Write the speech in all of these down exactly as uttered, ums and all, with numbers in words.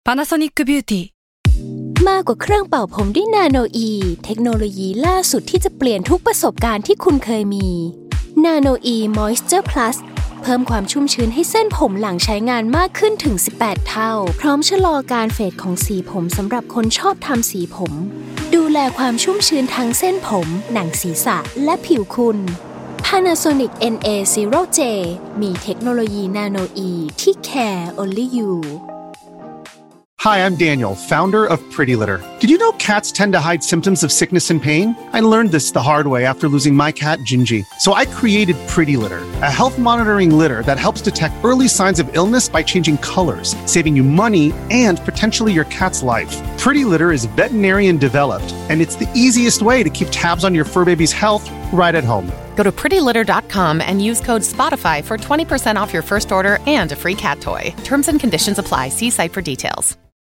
Panasonic Beauty มากกว่าเครื่องเป่าผมด้วยนาโนอีเทคโนโลยีล่าสุดที่จะเปลี่ยนทุกประสบการณ์ที่คุณเคยมีนาโนอีมอยส์เจอร์พลัสเพิ่มความชุ่มชื้นให้เส้นผมหลังใช้งานมากขึ้นถึงสิบแปดเท่าพร้อมชะลอการเฟดของสีผมสำหรับคนชอบทำสีผมดูแลความชุ่มชื้นทั้งเส้นผมหนังศีรษะและผิวคุณ Panasonic เอ็น เอ ศูนย์ เจ มีเทคโนโลยีนาโนอีที่ care only you Hi, I'm Daniel, founder of Pretty Litter. Did you know cats tend to hide symptoms of sickness and pain? I learned this the hard way after losing my cat, Gingy. So I created Pretty Litter, a health monitoring litter that helps detect early signs of illness by changing colors, saving you money and potentially your cat's life. Pretty Litter is veterinarian developed, and it's the easiest way to keep tabs on your fur baby's health right at home. Go to pretty litter dot com and use code Spotify for twenty percent off your first order and a free cat toy. Terms and conditions apply. See site for details.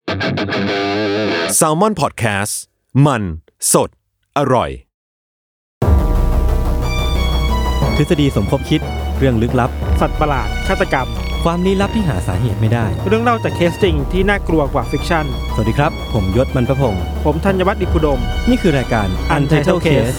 Salmon Podcast มันสดอร่อยทฤษฎีสมคบคิดเรื่องลึกลับสัตว์ประหลาดฆาตกรรมความลี้ลับที่หาสาเหตุไม่ได้เรื่องเล่าจากเคสจริงที่น่ากลัวกว่าฟิกชั่นสวัสดีครับผมยศมันประพงษ์ผมธัญวัฒน์อิพุดมนี่คือรายการ Untitled Case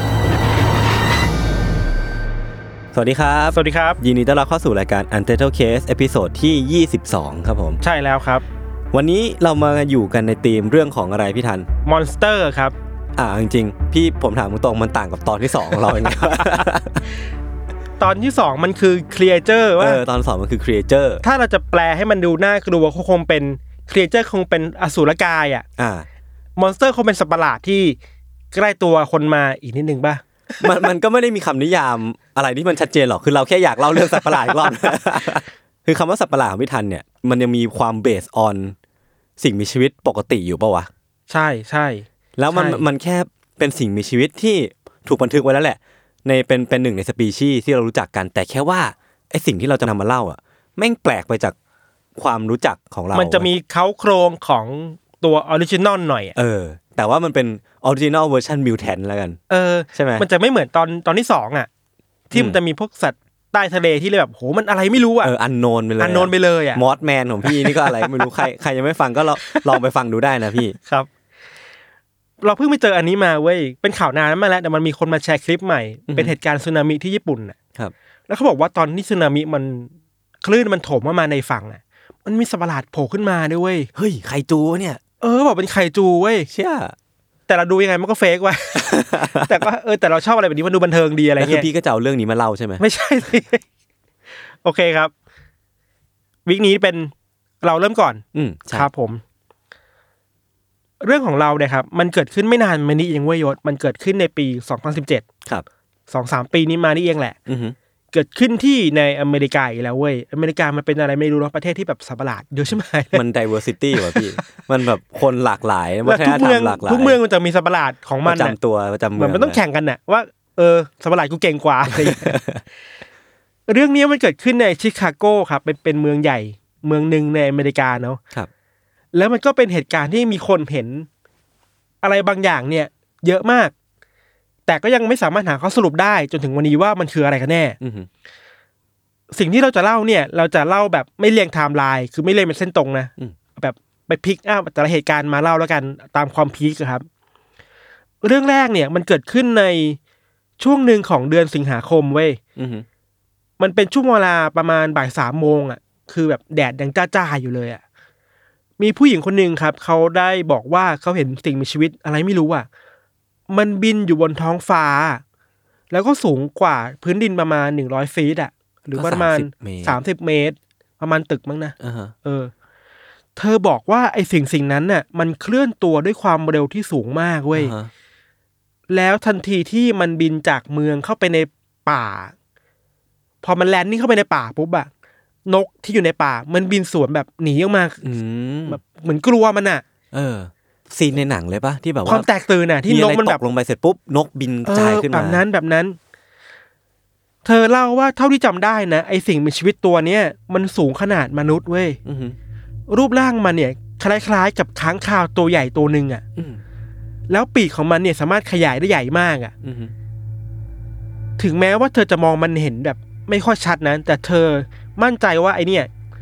สวัสดีครับสวัสดีครับยินดีต้อนรับเข้าสู่รายการ Untitled Case เอพิโซดที่ยี่สิบสองครับผมใช่แล้วครับวันนี้เรามาอยู่กันในธีมเรื่องของอะไรพี่ทัน Monster ครับอ่าจริงๆพี่ผมถามตรงๆมันต่างกับตอนที่สองของเรายังไงตอนที่สองมันคือ Creature ว่าเออตอนสองมันคือ Creature ถ้าเราจะแปลให้มันดูน่ากลัวคงเป็น Creature คงเป็นอสูรกายอ่ะอ่า Monster คงเป็นสัตว์ประหลาดที่ใกล้ตัวคนมาอีกนิดนึงป่ะมันมันก็ไม่ได้มีคำนิยามอะไรที่มันชัดเจนหรอกคือเราแค่อยากเล่าเรื่องสัตว์ประหลาดอีกรอบ คือคำว่าสัตว์ประหลาดของพี่ทันเนี่ยมันยังมีความเบสออนสิ่งมีชีวิตปกติอยู่ป่ะวะใช่ใช่แล้วมันมันแค่เป็นสิ่งมีชีวิตที่ถูกบันทึกไว้แล้วแหละในเป็นเป็นหนึ่งในสปีชีส์ที่เรารู้จักกันแต่แค่ว่าไอ้สิ่งที่เราจะนำมาเล่าอ่ะแม่งแปลกไปจากความรู้จักของเรามันจะมีเค้าโครงของตัวออริจินอลหน่อยเออแต่ว่ามันเป็นออริจินอลเวอร์ชันมิวแทนแล้วกันเออใช่ไหมมันจะไม่เหมือนตอนตอนที่สองอ่ะที่มันจะมีพวกสัตว์ใต้ทะเลที่เลยแบบโหมันอะไรไม่รู้อ่ะเอออันโนนไปเลยอันโนนไปเลยอ่ะมอสแมนของพี่นี่ก็อะไรไม่รู้ใครใครยังไม่ฟังก็ลองไปฟังดูได้นะพี่ครับเราเพิ่งไปเจออันนี้มาเว้ยเป็นข่าวนานมาแล้วแต่มันมีคนมาแชร์คลิปใหม่เป็นเหตุการณ์สึนามิที่ญี่ปุ่นน่ะครับแล้วเขาบอกว่าตอนที่สึนามิมันคลื่นมันโถมเข้ามาในฝั่งอ่ะมันมีสัตว์ประหลาดโผล่ขึ้นมาด้วยเว้ยเฮ้ยไคจูเนี่ยเออบอกเป็นไคจูเว้ยเชี่ยแต่เราดูยังไงมันก็เฟกว่ะ แต่ก็เออแต่เราชอบอะไรแบบนี้มันดูบันเทิงดีอะไรเงี้ยคือพี่ก็จะเอาเรื่องนี้มาเล่าใช่ไหมไม่ใช่สิโอเคครับวิกนี้เป็นเราเริ่มก่อนอืมครับผมเรื่องของเราเนี่ยครับมันเกิดขึ้นไม่นานมานี้เองเว้ยยศมันเกิดขึ้นในปีสองพันสิบเจ็ดครับสองสาม ปีนี้มานี่เองแหละอือฮึเกิดขึ้นที่ในอเมริกาอีกแล้วเว้ยอเมริกามันเป็นอะไรไม่รู้เนาะประเทศที่แบบสัตว์ประหลาดเยอะใช่มั้ยมัน diversity ว่ะพี่ มันแบบคนหลากหลายวัฒนธรรมหลากหลายทุกเมืองมันจะมีสัตว์ประหลาดของมันประจำตัวประจำเมืองมันต้องแข่งกันน่ะว่าเออสัตว์ประหลาดกูเก่งกว่าอะไรเรื่องนี้มันเกิดขึ้นในชิคาโกครับเป็นเป็นเมืองใหญ่เมืองนึงในอเมริกาเนาะครับแล้วมันก็เป็นเหตุการณ์ที่มีคนเห็นอะไรบางอย่างเนี่ยเยอะมากแต่ก็ยังไม่สามารถหาข้อสรุปได้จนถึงวันนี้ว่ามันคืออะไรกันแน่สิ่งที่เราจะเล่าเนี่ยเราจะเล่าแบบไม่เรียงไทม์ไลน์คือไม่เรียงเป็นเส้นตรงนะแบบไปพิกอัพแต่ละเหตุการณ์มาเล่าแล้วกันตามความพีคครับเรื่องแรกเนี่ยมันเกิดขึ้นในช่วงนึงของเดือนสิงหาคมเว้ยมันเป็นช่วงเวลาประมาณบ่ายสามโมงอ่ะคือแบบแดดยังจ้าๆอยู่เลยอ่ะมีผู้หญิงคนนึงครับเขาได้บอกว่าเขาเห็นสิ่งมีชีวิตอะไรไม่รู้อ่ะมันบินอยู่บนท้องฟ้าแล้วก็สูงกว่าพื้นดินประมาณหนึ่งร้อยฟีตอ่ะหรือประมาณสามสิบเมตรประมาณตึกมั้งนะ uh-huh. เออเธอบอกว่าไอ้สิ่งสิ่งนั้นน่ะมันเคลื่อนตัวด้วยความเร็วที่สูงมากเว้ย uh-huh. แล้วทันทีที่มันบินจากเมืองเข้าไปในป่าพอมันแลนดิ้งเข้าไปในป่าปุ๊บอะนกที่อยู่ในป่ามันบินสวนแบบหนีออกมาแบบเหมือนกลัวมันน่ะเออซีนในหนังเลยปะที่แบบว่าความแตกตื่นน่ะที่นกมันแบบลงไปเสร็จปุ๊บนกบินจ่ายขึ้นมาแบบนั้นแบบนั้นเธอเล่าว่าเท่าที่จำได้นะไอสิ่งมีชีวิตตัวเนี้ยมันสูงขนาดมนุษย์เว้ยรูปร่างมันเนี่ยคล้ายๆกับค้างคาวตัวใหญ่ตัวนึงอ่ะแล้วปีกของมันเนี่ยสามารถขยายได้ใหญ่มากอ่ะถึงแม้ว่าเธอจะมองมันเห็นแบบไม่ค่อยชัดนะแต่เธอมั่นใจว่าไอเนี่ย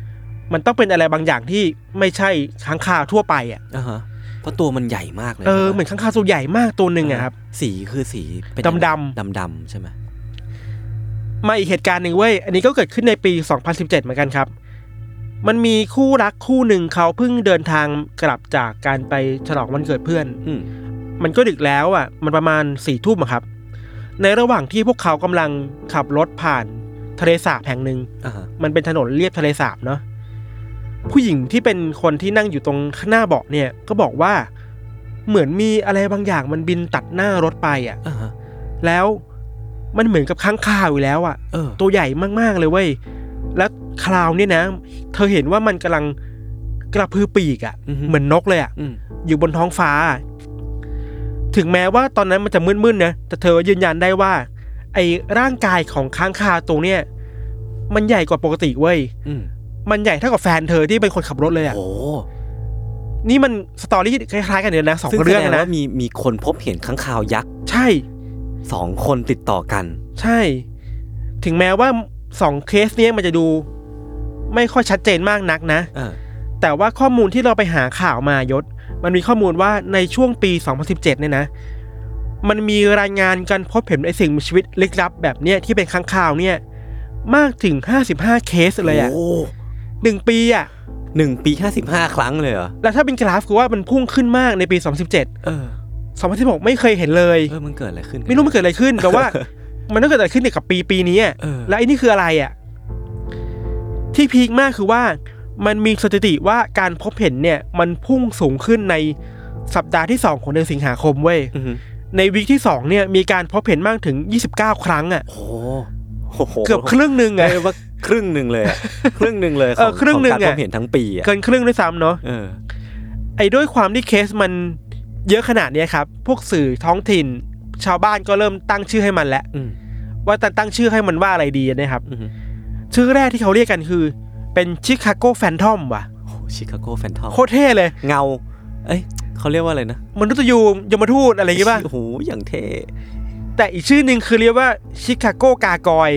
มันต้องเป็นอะไรบางอย่างที่ไม่ใช่ค้างคาวทั่วไปอ่ะอ่าฮะเพราะตัวมันใหญ่มากเลยเออเหมือนค้างคาวตัวใหญ่มากตัวนึงอ่ะครับสีคือสีเป็นดำๆดำๆใช่มั้ยมาอีกเหตุการณ์นึงเว้ยอันนี้ก็เกิดขึ้นในปีสองพันสิบเจ็ดเหมือนกันครับมันมีคู่รักคู่นึงเขาเพิ่งเดินทางกลับจากการไปฉลองวันเกิดเพื่อนมันก็ดึกแล้วอ่ะมันประมาณ สี่ทุ่มอ่ะครับในระหว่างที่พวกเขากำลังขับรถผ่านทะเลสาบแห่งนึง uh-huh. มันเป็นถนนเลียบทะเลสาบเนาะผู้หญิงที่เป็นคนที่นั่งอยู่ตรงข้างหน้าเบาะเนี่ยก็บอกว่าเหมือนมีอะไรบางอย่างมันบินตัดหน้ารถไปอ่ะ uh-huh. แล้วมันเหมือนกับค้างคาวอยู่แล้วอ่ะ uh. ตัวใหญ่มากๆเลยเว้ยแล้วคราวนี้นะเธอเห็นว่ามันกำลังกระพือปีกอ่ะ uh-huh. เหมือนนกเลยอ่ะ uh-huh. อยู่บนท้องฟ้าถึงแม้ว่าตอนนั้นมันจะมืดๆนะแต่เธอยืนยันได้ว่าไอ้ร่างกายของค้างคาวตัวเนี้ยมันใหญ่กว่าปกติเว้ยมันใหญ่เท่ากับแฟนเธอที่เป็นคนขับรถเลยอ่ะโอ้นี่มันสตอรี่คล้ายๆกันเลยนะสองเรื่องนะว่ามีมีคนพบเห็นค้างคาวยักษ์ใช่สองคนติดต่อกันใช่ถึงแม้ว่าสองเคสนี้มันจะดูไม่ค่อยชัดเจนมากนักนะแต่ว่าข้อมูลที่เราไปหาข่าวมายศมันมีข้อมูลว่าในช่วงปีสองพันสิบเจ็ดเนี่ยนะมันมีรายงานการพบเห็นไอ้สิ่งมีชีวิตลึกลับแบบเนี้ยที่เป็นค้างคาวเนี่ยมากถึงห้าสิบห้าเคสเลยอ่ะโอ้หนึ่งปีอ่ะหนึ่งปีห้าสิบห้าครั้งเลยเหรอแล้วถ้าเป็นกราฟคือว่ามันพุ่งขึ้นมากในปีสองพันสิบเจ็ดเออสองพันสิบหกไม่เคยเห็นเลยเออมันเกิดอะไรขึ้นไม่รู้มันเกิดอะไรขึ้นแต่ว่ามันต้องเกิดอะไรขึ้นเนี่ยกับปีปีนี้แล้วไอ้นี่คืออะไรอ่ะที่พีคมากคือว่ามันมีสถิติว่าการพบเห็นเนี่ยมันพุ่งสูงขึ้นในสัปดาห์ที่สองของเดือนสิงหาคมเว้ยในวีคที่สองเนี่ยมีการพบเห็นมากถึงยี่สิบเก้าครั้งอ่ะโอ้โหเกือบครึ่งนึงอ่ะว่าครึ่งนึงเลยครึ่งนึงเลยของการพบเห็นทั้งปีอ่ะเกินครึ่งด้วยซ้ำเนาะเออไอ้ด้วยความที่เคสมันเยอะขนาดนี้ครับพวกสื่อท้องถิ่นชาวบ้านก็เริ่มตั้งชื่อให้มันแล้วว่าตั้งชื่อให้มันว่าอะไรดีนะครับชื่อแรกที่เขาเรียกกันคือเป็นชิคาโกแฟนทอมว่ะโอ้ชิคาโกแฟนทอมโคตรเท่เลยเงาเอ้ยเขาเรียกว่าอะไรนะมนุษย์ยูยมทูตอะไรอย่างงี้ป่ะโอ้โหอย่างเท่แต่อีกชื่อนึงคือเรียกว่าชิคาโกกากอย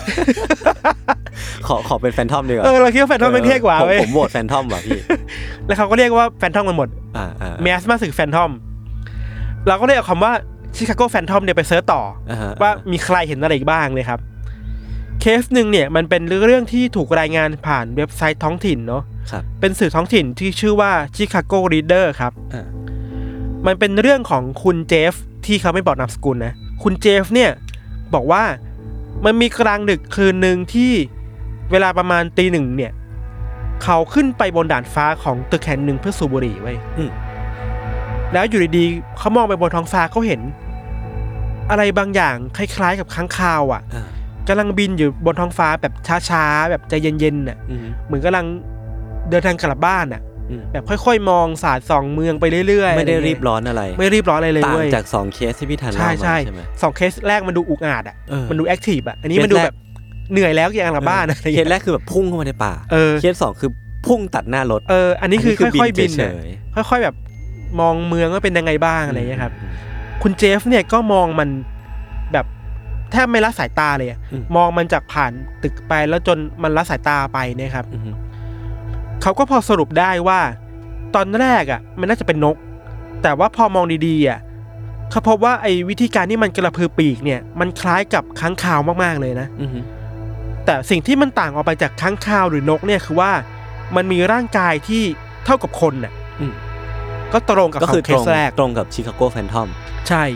ขอขอเป็นแฟนทอมดีกว่าเออเราคิดว่าแฟนทอมมันเท่กว่าเว้ยผมโหวตแฟนทอมว่ะพี่แล้วเขาก็เรียกว่าแฟนทอมกันหมดอ่าๆแมสมาสึกแฟนทอมเราก็เลยเอาคำว่าชิคาโกแฟนทอมเนี่ยไปเสิร์ชต่อว่ามีใครเห็นอะไรอีกบ้างเลยครับเคสหนึ่งเนี่ยมันเป็นเรื่องที่ถูกรายงานผ่านเว็บไซต์ท้องถิ่นเนาะเป็นสื่อท้องถิ่นที่ชื่อว่า Chicago Reader ครับมันเป็นเรื่องของคุณเจฟที่เขาไม่บอกนามสกุลนะคุณเจฟเนี่ยบอกว่ามันมีกลางดึกคืนนึงที่เวลาประมาณตีหนึ่งเนี่ยเขาขึ้นไปบนด่านฟ้าของตึกแห่งหนึ่งเพื่อสูบบุหรี่ไว้แล้วอยู่ดีๆเขามองไปบนท้องฟ้าเขาเห็นอะไรบางอย่างคล้ายๆกับค้างคาวอ่ะกำลังบินอยู่บนท้องฟ้าแบบช้าๆแบบใจเย็นๆน่ะเหมือนกำลังเดินทางกลับบ้านน่ะแบบค่อยๆมองสาดส่องเมืองไปเรื่อยๆไม่ได้รีบร้อนอะไรไม่รีบร้อนอะไรเลยต่างจากสองเคสที่พี่ธันเล่ามาใช่ไหมสองเคสแรกมันดูอุกอาจอ่ะมันดูแอคทีฟอ่ะอันนี้มันดูแบบเหนื่อยแล้วอยากกลับบ้านเคสแรกคือแบบพุ่งเข้ามาในป่าเคสสองคือพุ่งตัดหน้ารถเอออันนี้คือค่อยๆบินค่อยๆแบบมองเมืองว่าเป็นยังไงบ้างอะไรอย่างเงี้ยครับคุณเจฟเนี่ยก็มองมันแบบแทบไม่ละสายตาเลยมองมันจากผ่านตึกไปแล้วจนมันละสายตาไปนะครับเขาก็พอสรุปได้ว่าตอนแรกอ่ะมันน่าจะเป็นนกแต่ว่าพอมองดีๆอ่ะเขาพบว่าไอ้วิธีการที่มันกระพือปีกเนี่ยมันคล้ายกับค้างคาวมากๆเลยนะแต่สิ่งที่มันต่างออกไปจากค้างคาวหรือนกเนี่ยคือว่ามันมีร่างกายที่เท่ากับคนน่ะก็ตรงกับเคสแรกตรงกับชิคาโกแฟนทอมใช่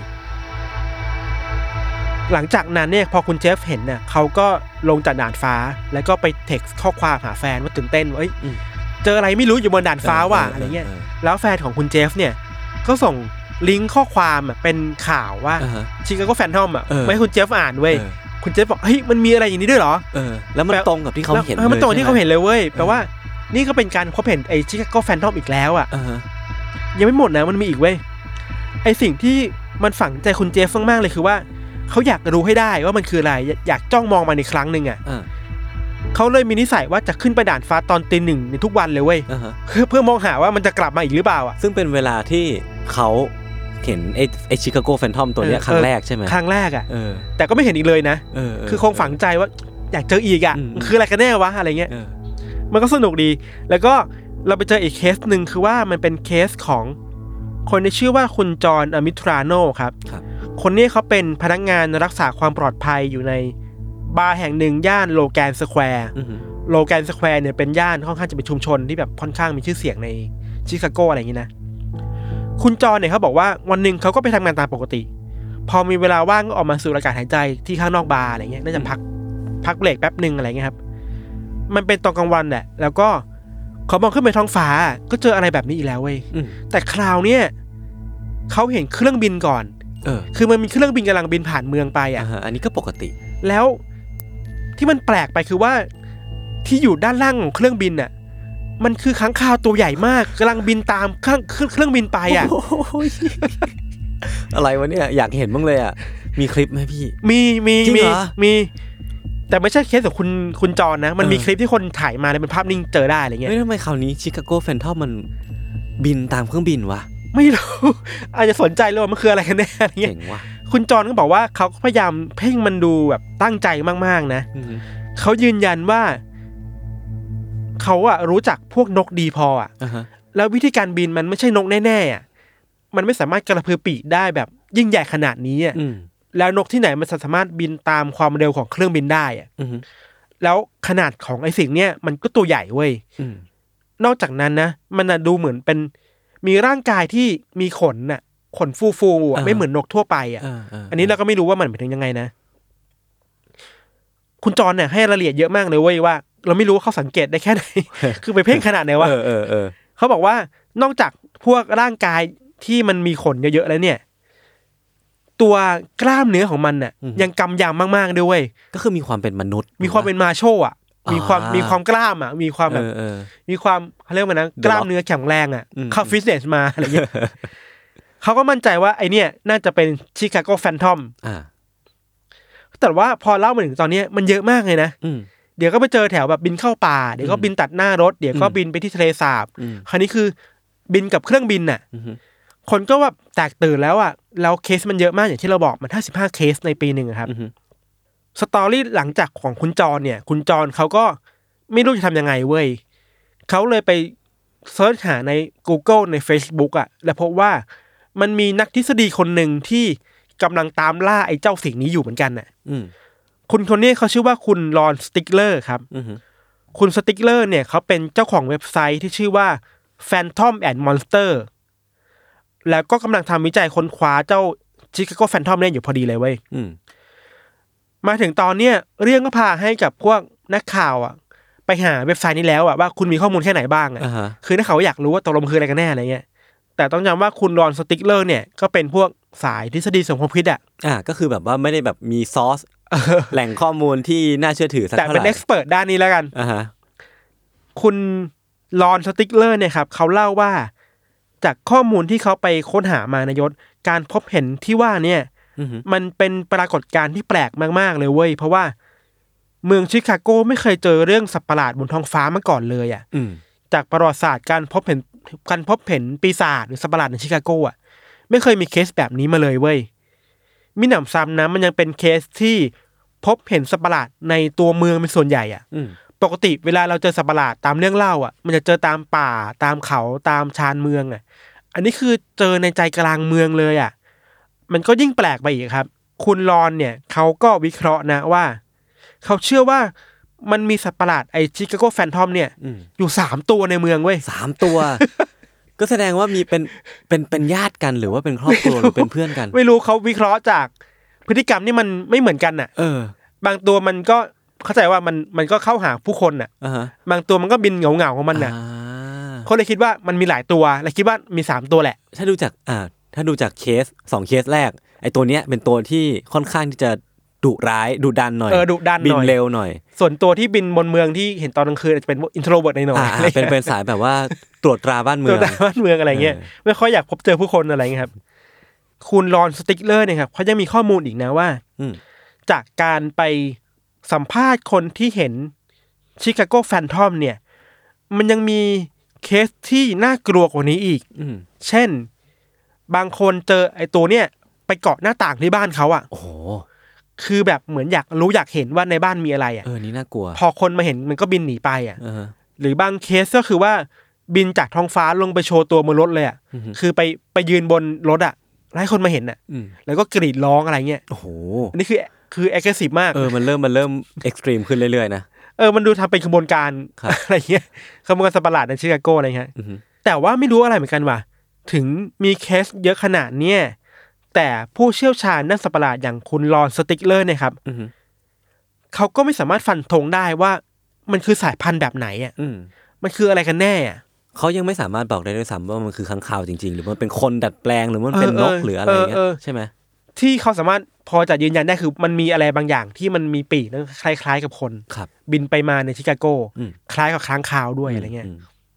หลังจากนั้นเนี่ยพอคุณเจฟเห็นเนี่ยเขาก็ลงจากด่านฟ้าแล้วก็ไปเท็กซ์ข้อความหาแฟนว่าตื่นเต้นว่าเอ้ยเจออะไรไม่รู้อยู่บนด่านฟ้าว่ะอะไรเงี้ยแล้วแฟนของคุณเจฟเนี่ยก็ส่งลิงก์ข้อความเป็นข่าวว่าชิคาโกแฟนทอมอ่ะไม่ให้คุณเจฟอ่านเว้ยคุณเจฟบอกเฮ้ยมันมีอะไรอย่างนี้ด้วยเหรอเออแล้วมันตรงกับที่เขาเห็นเลยมันตรงที่เขาเห็นเลยเว้ยแปลว่านี่ก็เป็นการพบเห็นไอ้ชิคาโกแฟนทอมอีกแล้วอ่ะยังไม่หมดนะมันมีอีกเว้ยไอ้สิ่งที่มันฝังใจคุณเจฟมากๆเลยคือว่าเขาอยากรู้ให้ได้ว่ามันคืออะไรอยากจ้องมองมันอีกครั้งนึงอ่ะเขาเลยมีนิสัยว่าจะขึ้นไปด่านฟ้าตอนตีหนึ่งในทุกวันเลยเว้ยเพื่อเพื่อมองหาว่ามันจะกลับมาอีกหรือเปล่าอ่ะซึ่งเป็นเวลาที่เขาเห็นไอ้ไอ้ชิคาโกแฟนทอมตัวเนี้ยครั้งแรกใช่ไหมครั้งแรกอ่ะแต่ก็ไม่เห็นอีกเลยนะคือคงฝังใจว่าอยากเจออีกอ่ะคืออะไรกันแน่วะอะไรเงี้ยมันก็สนุกดีแล้วก็เราไปเจออีกเคสหนึ่งคือว่ามันเป็นเคสของคนที่ชื่อว่าคุณจอห์นอมิทราโนครับคนนี้เขาเป็นพนักงานรักษาความปลอดภัยอยู่ในบาร์แห่งหนึ่งย่านโลแกนสแควร์โลแกนสแควร์เนี่ยเป็นย่านค่อนข้างจะเป็นชุมชนที่แบบค่อนข้างมีชื่อเสียงในชิคาโกอะไรอย่างนี้นะคุณจอห์นเนี่ยเขาบอกว่าวันหนึ่งเขาก็ไปทำงานตามปกติพอมีเวลาว่างก็ออกมาสูดอากาศหายใจที่ข้างนอกบาร์อะไรเงี้ยน่าจะพักพักเบรกแป๊บนึงอะไรเงี้ยครับมันเป็นตอนกลางวันแหละแล้วก็เขามองขึ้นไปท้องฟ้าก็เจออะไรแบบนี้อีกแล้วเว้ยแต่คราวเนี้ยเขาเห็นเครื่องบินก่อนเออคือมันมีเครื่องบินกำลังบินผ่านเมืองไปอ่ะอันนี้ก็ปกติแล้วที่มันแปลกไปคือว่าที่อยู่ด้านล่างของเครื่องบินน่ะมันคือค้างคาวตัวใหญ่มากกำลังบินตามเครื่องเครื่องบินไปอ่ะอะไรวะเนี่ยอยากเห็นบ้างเลยอ่ะมีคลิปไหมพี่มีมีมีมีแต่ไม่ใช่เคสของคุณคุณจอนนะมันมีคลิปที่คนถ่ายมาเลยเป็นภาพนิ่งเจอได้อะไรเงี้ยเฮ้ยทำไมคราวนี้ชิคาโกแฟนทอมมันบินตามเครื่องบินวะไม่รู้อาจจะสนใจเลยว่ามันคืออะไรกันแน่อะไรเงี้ยคุณจอนก็บอกว่าเขาพยายามเพ่งมันดูแบบตั้งใจมากๆนะเขายืนยันว่าเขาอะรู้จักพวกนกดีพออะแล้ววิธีการบินมันไม่ใช่นกแน่ๆอะมันไม่สามารถกระพือปีกได้แบบยิ่งใหญ่ขนาดนี้อะแล้วนกที่ไหนมันสามารถบินตามความเร็วของเครื่องบินได้อะแล้วขนาดของไอ้สิ่งเนี้ยมันก็ตัวใหญ่เว้ยนอกจากนั้นนะมันดูเหมือนเป็นมีร่างกายที่มีขนน่ะขนฟูๆไม่เหมือนนกทั่วไปอ่ะอันนี้เราก็ไม่รู้ว่ามันเป็นยังไงนะคุณจอนเนี่ยให้รายละเอียดเยอะมากเลยเว้ยว่าเราไม่รู้ว่าเขาสังเกตได้แค่ไหน คือไปเพ่งขนาดไหนวะเขาบอกว่านอกจากพวกร่างกายที่มันมีขนเยอะๆแล้วเนี่ยตัวกล้ามเนื้อของมันน่ะยังกำยำมากๆด้วยก็คือมีความเป็นมนุษย์มีความเป็นมาโชอ่ะมีความมีความกล้ามอ่ะมีความแบบมีความเขาเรียกว่านะกล้ามเนื้อแข็งแรงอ่ะเข้าฟิตเนสมาอะไรอย่างเงี้ยเขาก็มั่นใจว่าไอเนี่ยน่าจะเป็นชิคาโกแฟนทอมแต่ว่าพอเล่ามาถึงตอนนี้มันเยอะมากเลยนะเดี๋ยวก็ไปเจอแถวแบบบินเข้าป่าเดี๋ยวก็บินตัดหน้ารถเดี๋ยวก็บินไปที่ทะเลสาบคราวนี้คือบินกับเครื่องบินน่ะคนก็ว่าแตกตื่นแล้วอ่ะแล้วเคสมันเยอะมากอย่างที่เราบอกมันห้าสิบห้าเคสในปีหนึ่งครับสตอรี่หลังจากของคุณจรเนี่ยคุณจรเขาก็ไม่รู้จะทำยังไงเว้ยเขาเลยไปเสิร์ชหาใน Google ใน Facebook อ่ะแล้วพบว่ามันมีนักทฤษฎีคนหนึ่งที่กำลังตามล่าไอ้เจ้าสิ่งนี้อยู่เหมือนกันน่ะคุณคนนี้เขาชื่อว่าคุณลอนสติกเลอร์ครับคุณสติกเลอร์เนี่ยเขาเป็นเจ้าของเว็บไซต์ที่ชื่อว่า Phantom and Monster แล้วก็กำลังทำวิจัยค้นคว้าเจ้า Chicago Phantom เนี่ยอยู่พอดีเลยเว้ยมาถึงตอนเนี้ยเรื่องก็พาให้กับพวกนักข่าวอ่ะไปหาเว็บไซต์นี้แล้วอ่ะว่าคุณมีข้อมูลแค่ไหนบ้างอ่ะ uh-huh. คือนักข่าวอยากรู้ว่าตกลงคืออะไรกันแน่อะไรเงี้ยแต่ต้องจำว่าคุณลอนสติกเลอร์เนี่ยก็เป็นพวกสายทฤษฎีสมคบคิดอ่ะอ่าก็คือแบบว่าไม่ได้แบบมีซอส แหล่งข้อมูลที่น่าเชื่อถือสักเท่าไหร่แต่เป็นเอ็กซ์เพิร์ทด้านนี้แล้วกันอ่าฮะคุณลอนสติกเลอร์เนี่ยครับเขาเล่าว่าจากข้อมูลที่เขาไปค้นหามานายศการพบเห็นที่ว่าเนี่ยมันเป็นปรากฏการณ์ที่แปลกมากๆเลยเว้ยเพราะว่าเมืองชิคาโกไม่เคยเจอเรื่องสัตว์ประหลาดบนท้องฟ้ามาก่อนเลยอ่ะจากประวัติศาสตร์การพบเห็นการพบเห็นปีศาจหรือสัตว์ประหลาดในชิคาโกอ่ะไม่เคยมีเคสแบบนี้มาเลยเว้ยมิหนำซ้ำนะมันยังเป็นเคสที่พบเห็นสัตว์ประหลาดในตัวเมืองเป็นส่วนใหญ่อ่ะปกติเวลาเราเจอสัตว์ประหลาดตามเรื่องเล่าอ่ะมันจะเจอตามป่าตามเขาตามชานเมืองอ่ะอันนี้คือเจอในใจกลางเมืองเลยอ่ะมันก็ยิ่งแปลกไปอีกครับคุณลอนเนี่ยเขาก็วิเคราะห์นะว่าเขาเชื่อว่ามันมีสัตว์ประหลาดไอ้ชิคาโกแฟนทอมเนี่ยอยู่สามตัวในเมืองเว้ยสามตัว ก็แสดงว่ามีเป็นเป็นเป็นญาติกันหรือว่าเป็นครอบครัวหรือเป็นเพื่อนกันไม่รู้เขาวิเคราะห์จากพฤติกรรมนี่มันไม่เหมือนกันน่ะเออบางตัวมันก็เข้าใจว่ามันมันก็เข้าหาผู้คนน่ะ uh-huh. บางตัวมันก็บินเหงาๆของมันน่ะเขาเลยคิดว่ามันมีหลายตัวและคิดว่ามีสามตัวแหละถ้าดูจากอ่าถ้าดูจากเคสสองเคสแรกไอ้ตัวเนี้ยเป็นตัวที่ค่อนข้างที่จะดุร้ายดุดันหน่อยเออดุดันหน่อยบินเร็วหน่อยส่วนตัวที่บินบนเมืองที่เห็นตอนกลางคืนอาจจะเป็นอินโทรเวิร์ตหน่อยๆเป็นเป็นสายแบบว่าตรวจตราบ้านเมืองตรวจตราบ้านเมืองอะไรเงี้ยไม่ค่อยอยากพบเจอผู้คนอะไรเงี้ยครับคุณลอนสติกเลอร์เนี่ยครับเขายังมีข้อมูลอีกนะว่าจากการไปสัมภาษณ์คนที่เห็นชิคาโกแฟนทอมเนี่ยมันยังมีเคสที่น่ากลัวกว่านี้อีกเช่นบางคนเจอไอ้ตัวเนี่ยไปเกาะหน้าต่างที่บ้านเขาอ่ะโอ้โหคือแบบเหมือนอยากรู้อยากเห็นว่าในบ้านมีอะไรอ่ะเออนี่น่ากลัวพอคนมาเห็นมันก็บินหนีไปอ่ะหรือบางเคสก็คือว่าบินจากท้องฟ้าลงไปโชว์ตัวบนรถเลยอ่ะคือไปไปยืนบนรถอ่ะให้คนมาเห็นอ่ะแล้วก็กรีดร้องอะไรเงี้ยโอ้โหอันนี้คือคือแอคทีฟมากเออมันเริ่มมันเริ่มเอ็กซ์ตรีมขึ้นเรื่อยๆนะเออมันดูทำเป็นขบวนการอะไรเงี้ยขบวนการสัตว์ประหลาดในชิคาโกอะไรเงี้ยแต่ว่าไม่รู้อะไรเหมือนกันว่ะถึงมีเคสเยอะขนาดเนี้ยแต่ผู้เชี่ยวชาญด้านสัตว์ประหลาดอย่างคุณลอนสติกเลอร์เนี่ยครับเขาก็ไม่สามารถฟันธงได้ว่ามันคือสายพันธุ์แบบไหนอ่ะมันคืออะไรกันแน่อ่ะเขายังไม่สามารถบอกได้ด้วยซ้ำว่ามันคือค้างคาวจริงๆหรือมันเป็นคนดัดแปลงหรือมันเป็นนกหรืออะไรเงี้ยใช่ไหมที่เขาสามารถพอจะยืนยันได้คือมันมีอะไรบางอย่างที่มันมีปีกนั่นคล้ายๆกับคนบินไปมาในชิคาโกคล้ายกับค้างคาวด้วยอะไรเงี้ย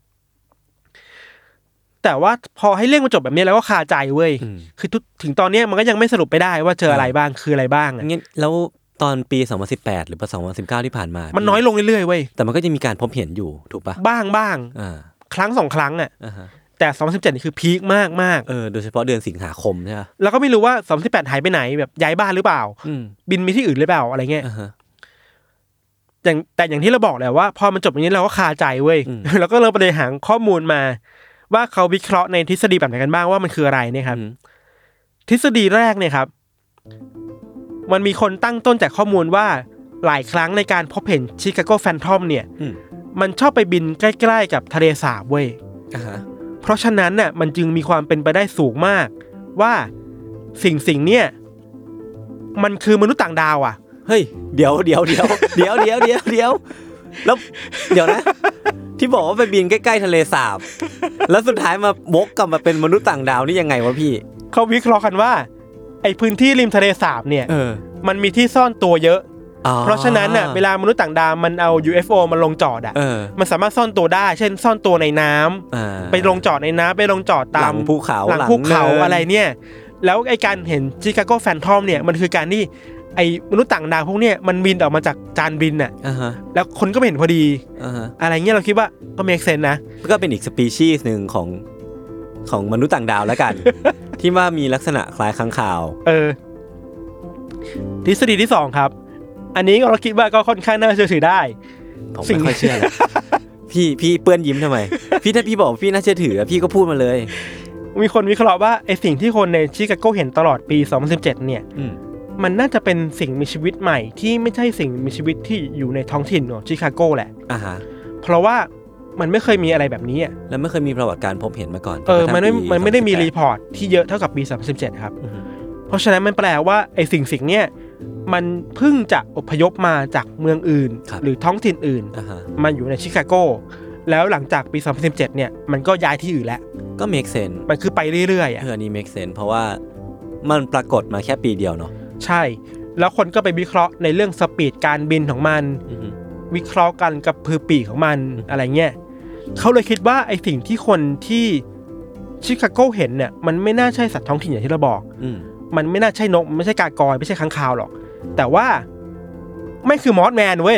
แต่ว่าพอให้เรื่องมันจบแบบนี้แล้วก็คาใจเว้ยคือถึงตอนนี้มันก็ยังไม่สรุปไปได้ว่าเจออะไรบ้างคืออะไรบ้างงั้นแล้วตอนปีสองพันสิบแปดหรือสองพันสิบเก้าที่ผ่านมามันน้อยลงเรื่อยๆเว้ยแต่มันก็จะมีการพบเห็นอยู่ถูกปะบ้างบ้างครั้งสองครั้งอ่ะแต่สองพันสิบเจ็ดนี่คือพีคมากมากเออโดยเฉพาะเดือนสิงหาคมใช่ป่ะแล้วก็ไม่รู้ว่าสองพันสิบแปดหายไปไหนแบบย้ายบ้านหรือเปล่าบินไปที่อื่นหรือเปล่าอะไรเงี้ยอย่างแต่อย่างที่เราบอกแหละว่าพอมันจบอย่างนี้เราก็คาใจเว้ยแล้วก็เลยไปหาข้อมูลมาว่าเขาวิเคราะห์ในทฤษฎีแบบไหนกันบ้างว่ามันคืออะไรเนี่ยครับทฤษฎีแรกเนี่ยครับมันมีคนตั้งต้นจากข้อมูลว่าหลายครั้งในการพบเห็นชิคาโกแฟนทอมเนี่ยมันชอบไปบินใกล้ๆกับทะเลสาบเว้ยเพราะฉะนั้นน่ะมันจึงมีความเป็นไปได้สูงมากว่าสิ่งสิ่งเนี่ยมันคือมนุษย์ต่างดาวอ่ะเฮ้ยเดี๋ยวเดี๋ยวเดี๋ยวเดี๋ยวเดี๋ยวเดี๋ยวเดี๋ยวแล้วเดี๋ยวนะที่บอกว่าไปบินใกล้ๆทะเลสาบแล้วสุดท้ายมาวกกลับมาเป็นมนุษย์ต่างดาวนี่ยังไงวะพี่เขาวิเคราะห์กันว่าไอ้พื้นที่ริมทะเลสาบเนี่ยมันมีที่ซ่อนตัวเยอะเพราะฉะนั้นน่ะเวลามนุษย์ต่างดาวมันเอา ยู เอฟ โอ มาลงจอดอ่ะมันสามารถซ่อนตัวได้เช่นซ่อนตัวในน้ำไปลงจอดในน้ำไปลงจอดตามภูเขาหลังภูเขาอะไรเนี่ยแล้วไอ้การเห็นชิคาโกแฟนทอมเนี่ยมันคือการที่ไอ้มนุษย์ต่างดาวพวกเนี้ยมันบินออกมาจากจานบินน่ะแล้วคนก็ไม่เห็นพอดีอะไรเงี้ยเราคิดว่าก็เมคเซนส์นะก็เป็นอีกสปีชีส์นึงของของมนุษย์ต่างดาวแล้วกัน ที่ว่ามีลักษณะคล้ายค้างคาวเออทฤษฎีที่สองครับอันนี้เราคิดว่าก็ค่อนข้างน่าเชื่อถือได้ผมไม่ค่อยเชื่อเลยพี่พี่เปื้อนยิ้มทำไมพี่ถ้าพี่บอกพี่น่าเชื่อถือพี่ก็พูดมาเลยมีคนวิเคราะห์ว่าไอสิ่งที่คนในชิคาโกเห็นตลอดปีสองพันสิบเจ็ดเนี่ยมันน่าจะเป็นสิ่งมีชีวิตใหม่ที่ไม่ใช่สิ่งมีชีวิตที่อยู่ในท้องถิ่นของชิคาโกแหละอ่าฮะเพราะว่ามันไม่เคยมีอะไรแบบนี้อ่ะแล้วไม่เคยมีประวัติการพบเห็นมาก่อนเออมันไม่มันไม่ได้มีรีพอร์ตที่เยอะเท่ากับปีสองพันสิบเจ็ดครับเพราะฉะนั้นมันแปลว่าไอสิ่งสิ่งเนี้ยมันเพิ่งจะอพยพมาจากเมืองอื่นหรือท้องถิ่นอื่นมาอยู่ในชิคาโกแล้วหลังจากปีสองพันสิบเจ็ดเนี่ยมันก็ย้ายที่อื่นแล้วก็ make sense มันคือไปเรื่อยๆอ่ะเออนี่ make sense เพราะว่ามันปรากฏมาแค่ปีเดียวเนาะใช่แล้วคนก็ไปวิเคราะห์ในเรื่องสปีดการบินของมันวิเคราะห์กันกับพือปีกของมันอะไรเงี้ยเขาเลยคิดว่าไอ้สิ่งที่คนที่ชิคาโกเห็นเนี่ยมันไม่น่าใช่สัตว์ท้องถิ่นอย่างที่เราบอกมันไม่น่าใช่นกไม่ใช่กากอยไม่ใช่ค้างคาวหรอกแต่ว่าไม่คือมอสแมนเว้ย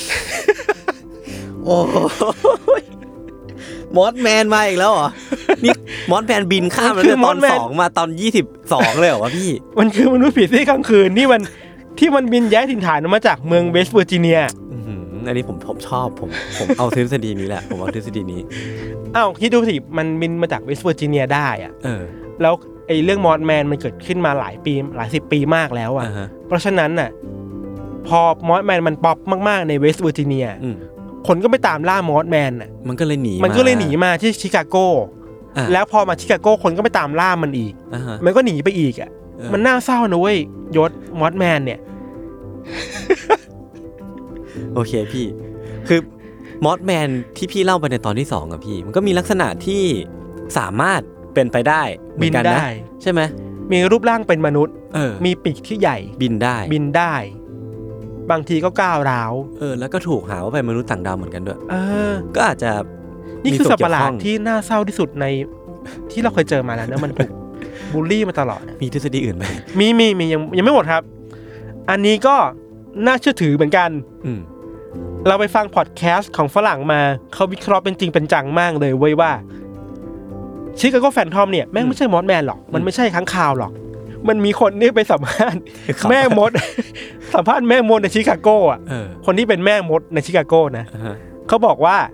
โอ้มอสแมนมาอีกแล้วเหรอนี่มอสแมนบินข้ามมาตอนสองมาตอนยี่สิบสองเลยเหรอวะพี่มันคือมนุษย์ผีเสื้อกลางคืนนี่มันที่มันบินย้ายถิ่นฐานมาจากเมืองเวสต์เวอร์จิเนียอันนี้ผมผมชอบผมผมเอาทฤษฎีนี้แหละผมเอาทฤษฎีนี้อ้าวคิดดูสิมันบินมาจากเวสต์เวอร์จิเนียได้อ่ะเออแล้วไอ้เรื่องมอสแมนมันเกิดขึ้นมาหลายปีหลายสิบปีมากแล้วอ่ะ uh-huh. เพราะฉะนั้นน่ะพอมอสแมนมันป๊อปมากๆในเวสต์เวอร์จิเนียคนก็ไปตามล่ามอสแมนน่ะมันก็เลยหนีมันก็เลยหนีมาที่ชิคาโก uh-huh. แล้วพอมาชิคาโกคนก็ไปตามล่ามันอีก uh-huh. มันก็หนีไปอีกอ่ะ uh-huh. มันน่าเศร้านะเว้ยยศมอสแมนเนี่ยโอเคพี่คือมอสแมนที่พี่เล่าไปในตอนที่สองอะพี่มันก็มีลักษณะที่สามารถเป็นไปได้บินได้ใช่ไหมมีรูปร่างเป็นมนุษย์มีปีกที่ใหญ่บินได้บินได้บางทีก็ก้าวร้าวเออแล้วก็ถูกหาว่าเป็นมนุษย์ต่างดาวเหมือนกันด้วยเออก็อาจจะนี่คือสัตว์ประหลาดที่น่าเศร้าที่สุดในที่เราเคยเจอมาแล้วนะมันถูกบูลลี่มาตลอดมีทฤษฎีอื่นไหมมีมีมียังยังไม่หมดครับอันนี้ก็น่าเชื่อถือเหมือนกันเราไปฟังพอดแคสต์ของฝรั่งมาเขาวิเคราะห์เป็นจริงเป็นจังมากเลยเว้ยว่าชิคาโกแฟนทอมเนี่ยแม่งไม่ใช่มอสแมนหรอกมันไม่ใช่ค้างคาวหรอกมันมีคนนี่ไปสัมภาษณ์แม่มดสัมภาษณ์แม่มดในชิคาโกอ่ะคนที่เป็นแม่มดในชิคาโกนะเขาบอกว่า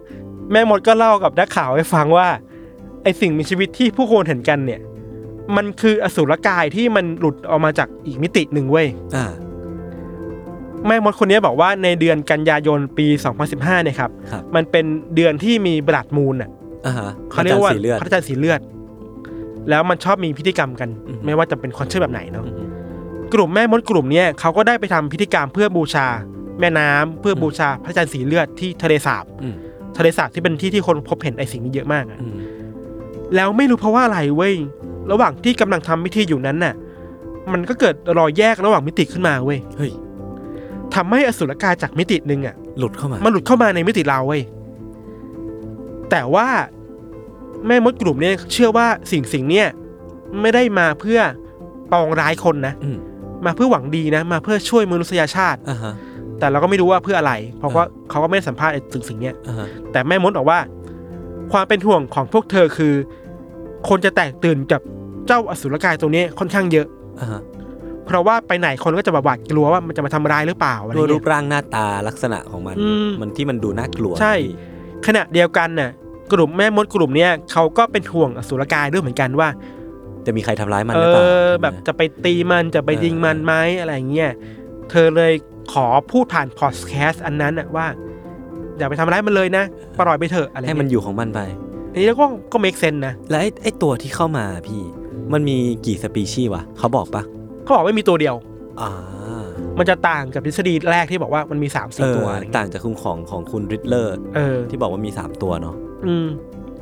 แม่มดก็เล่ากับนักข่าวให้ฟังว่าไอสิ่งมีชีวิตที่ผู้คนเห็นกันเนี่ยมันคืออสุรกายที่มันหลุดออกมาจากอีกมิติหนึ่งเว้ยอ่าแม่มดคนนี้บอกว่าในเดือนกันยายนปีสองพันสิบห้าเนี่ยครับมันเป็นเดือนที่มีบลัดมูนอ่ะเขาเรียกว่าพระจันทร์สีเลือดแล้วมันชอบมีพิธีกรรมกันไม่ว่าจะเป็นคนเชื่อแบบไหนเนาะกลุ่มแม่มดกลุ่มนี้เขาก็ได้ไปทำพิธีกรรมเพื่อบูชาแม่น้ำเพื่อบูชาพระจันทร์สีเลือดที่ทะเลสาบทะเลสาบที่เป็นที่ที่คนพบเห็นไอ้สิ่งนี้เยอะมากอ่ะแล้วไม่รู้เพราะว่าอะไรเว้ยระหว่างที่กำลังทำพิธีอยู่นั้นน่ะมันก็เกิดรอยแยกระหว่างมิติขึ้นมาเว้ยเฮ้ยทำให้อสุรกายจากมิตินึงอ่ะหลุดเข้ามามันหลุดเข้ามาในมิติเราเว้ยแต่ว่าแม่มดกลุ่มนี้เชื่อว่าสิ่งสิ่งเนี้ยไม่ได้มาเพื่อปองร้ายคนนะมาเพื่อหวังดีนะมาเพื่อช่วยมนุษยชาติ uh-huh. แต่เราก็ไม่รู้ว่าเพื่ออะไรเพราะว่า uh-huh. เขาก็ไม่ได้สัมภาษณ์สิ่งสิ่งเนี้ย uh-huh. แต่แม่มดบอกว่าความเป็นห่วงของพวกเธอคือคนจะแตกตื่นกับเจ้าอสุรกายตัวนี้ค่อนข้างเยอะ uh-huh. เพราะว่าไปไหนคนก็จะบาดหวาดกลัวว่ามันจะมาทำร้ายหรือเปล่าอะไรเงี้ยรูปร่างหน้าตาลักษณะของมันมันที่มันดูน่ากลัวใช่ขณะเดียวกันน่ะกลุ่มแม่มดกลุ่มเนี้ยเขาก็เป็นห่วงอสุรกายด้วยเหมือนกันว่าจะมีใครทำร้ายมันหรือเปล่าเออแบบจะไปตีมันจะไปยิงมันไหมอะไรเงี้ยเธอเลยขอพูดผ่านพอดแคสต์อันนั้นน่ะว่าอย่าไปทำร้ายมันเลยนะปล่อยไปเถอะอะไรให้มันอยู่ของมันไปอันนี้ก็ก็เมคเซนส์นะแล้วไอ้ไอ้ตัวที่เข้ามาพี่มันมีกี่สปีชีส์วะเขาบอกปะเขาบอกไม่มีตัวเดียวอ่ามันจะต่างกับทฤษฎีแรกที่บอกว่ามันมี สามสี่ ตัวอะไรต่างจากคุณของของคุณริดเลอร์เออที่บอกว่ามีสามตัวเนาะอืม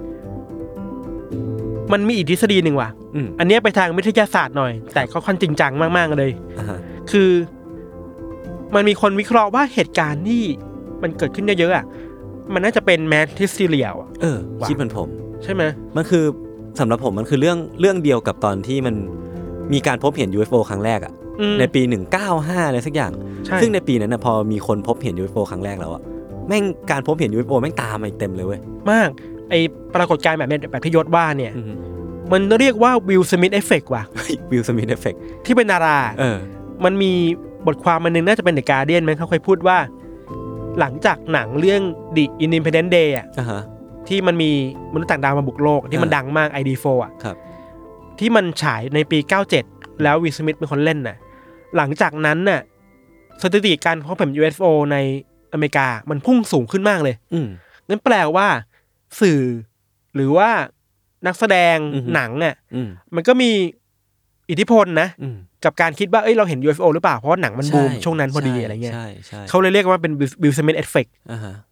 มันมีอีกทฤษฎีหนึ่งว่ะ อ, อันนี้ไปทางวิทยาศาสตร์หน่อยแต่ก็ค่อนจริงจังมากๆเลย uh-huh. คือมันมีคนวิเคราะห์ว่าเหตุการณ์ที่มันเกิดขึ้นเยอะๆอ่ะมันน่าจะเป็นแมสทิสซิเลียอ่ะเออคิดเหมือนผมใช่ไหมมันคือสำหรับผมมันคือเรื่องเรื่องเดียวกับตอนที่มันมีการพบเห็น ยู เอฟ โอ ครั้งแรกอ่ะในปีหนึ่งเก้าห้าอะไรสักอย่างซึ่งในปีนั้นนะพอมีคนพบเห็น ยู เอฟ โอ ครั้งแรกแล้วอ่ะแม่งการพบเห็น ยู เอฟ โอ แม่งตามมาเต็มเลยเว้ยมากไอปรากฏการณ์แบบแบบที่ยศว่าเนี่ยมันเรียกว่าวิลสมิธเอฟเฟกต์ว่ะวิลสมิธเอฟเฟกต์ที่เป็นดาราเออมันมีบทความมันนึงน่าจะเป็น The Guardian มั้งเขาเคยพูดว่าหลังจากหนังเรื่อง The Independence Day อ่ะที่มันมีมนุษย์ต่างดาวมาบุกโลกที่มันดังมาก ไอ ดี โฟร์ อ่ะที่มันฉายในปีเก้าเจ็ดแล้ววิลสมิธเป็นคนเล่นน่ะหลังจากนั้นน่ะสถิติการพบเห็น ยู เอฟ โอ ในอเมริกามันพุ่งสูงขึ้นมากเลยนั่นแปลว่าสื่อหรือว่านักแสดงหนังอ่ะมันก็มีอิทธิพลนะกับการคิดว่าเอ้ยเราเห็น ยู เอฟ โอ หรือเปล่าเพราะหนังมันบูมช่วงนั้นพอดีอะไรเงี้ยเขาเลยเรียกว่าเป็นวิลสมิธเอฟเฟกต์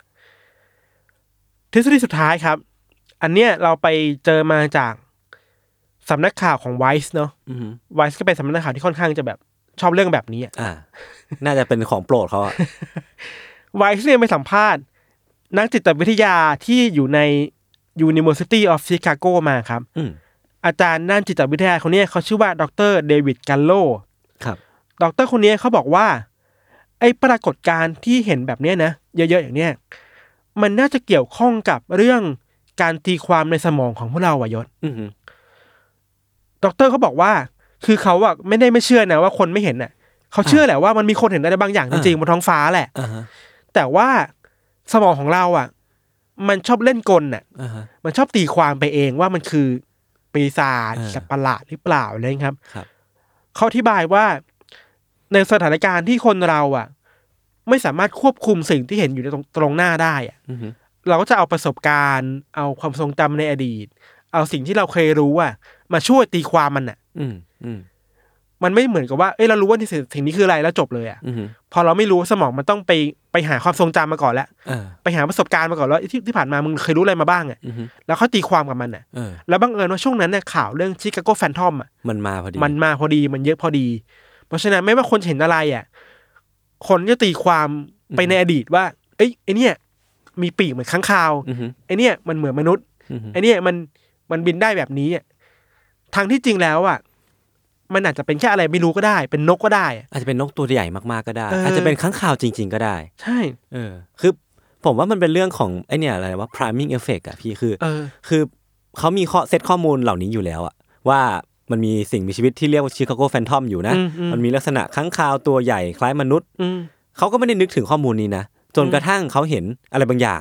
ทฤษฎีสุดท้ายครับอันเนี้ยเราไปเจอมาจากสำนักข่าวของ Vice เนาะ Vice ก็เป็นสำนักข่าวที่ค่อนข้างจะแบบชอบเรื่องแบบนี้อ่ะน่าจะเป็นของโปรดเขาอ่ะ Vice เนี่ยไปสัมภาษณ์นักจิตวิทยาที่อยู่ใน University of Chicago มาครับอาจารย์ด้านจิตวิทยาคนนี้เขาชื่อว่าดรเดวิดกัลโลครับดรคนนี้เขาบอกว่าไอ้ปรากฏการณ์ที่เห็นแบบนี้นะเยอะๆอย่างเนี้ยมันน่าจะเกี่ยวข้องกับเรื่องการตีความในสมองของพวกเราอ่ะยศดรเขาบอกว่าคือเขาอ่ะไม่ได้ไม่เชื่อนะว่าคนไม่เห็นน่ะเขาเชื่อแหละว่ามันมีคนเห็นอะไรบางอย่างจริงๆบนท้องฟ้าแหละแต่ว่าสมองของเราอ่ะมันชอบเล่นกลน่ะมันชอบตีความไปเองว่ามันคือปีศาจสัตว์ประหลาดหรือเปล่าอะไรครับเขาอธิบายว่าในสถานการณ์ที่คนเราอ่ะไม่สามารถควบคุมสิ่งที่เห็นอยู่ในตรงตรงหน้าได้อ่ะเราก็จะเอาประสบการณ์เอาความทรงจำในอดีตเอาสิ่งที่เราเคยรู้อ่ะมาช่วยตีความมันอ่ะมันไม่เหมือนกับว่าเอ้ยเรารู้ว่าที่สิ่งนี้คืออะไรแล้วจบเลยอ่ะพอเราไม่รู้สมองมันต้องไปไปหาความทรงจำมาก่อนแล้วไปหาประสบการณ์มาก่อนแล้วที่ที่ผ่านมามึงเคยรู้อะไรมาบ้างอ่ะแล้วเขาตีความกับมันอ่ะแล้วบังเอิญว่าช่วงนั้นเนี่ยข่าวเรื่องชิคาโกแฟนทอมอ่ะมันมาพอดีมันมาพอดีมันเยอะพอดีเพราะฉะนั้นไม่ว่าคนเห็นอะไรอ่ะคนจะตีความไปในอดีตว่าเอ้ยไอเนี่ยมีปีกเหมือนค้างคาวไอเนี่ยมันเหมือนมนุษย์ไอเนี่ยมันมันบินได้แบบนี้อ่ะทางที่จริงแล้วอ่ะมันอาจจะเป็นแค่อะไรไม่รู้ก็ได้เป็นนกก็ได้อาจจะเป็นนกตัวใหญ่มากๆก็ได้ อ, อาจจะเป็นค้างคาวจริงๆก็ได้ใช่เออคือผมว่ามันเป็นเรื่องของไอเนี่ยอะไรว่า priming effect อ่ะพี่คือคือเขามีข้อเซตข้อมูลเหล่านี้อยู่แล้วอ่ะว่ามันมีสิ่งมีชีวิตที่เรียกว่าชิคาโกแฟนทอมอยู่นะมันมีลักษณะค้างคาวตัวใหญ่คล้ายมนุษย์เขาก็ไม่ได้นึกถึงข้อมูลนี้นะจนกระทั่งเขาเห็นอะไรบางอย่าง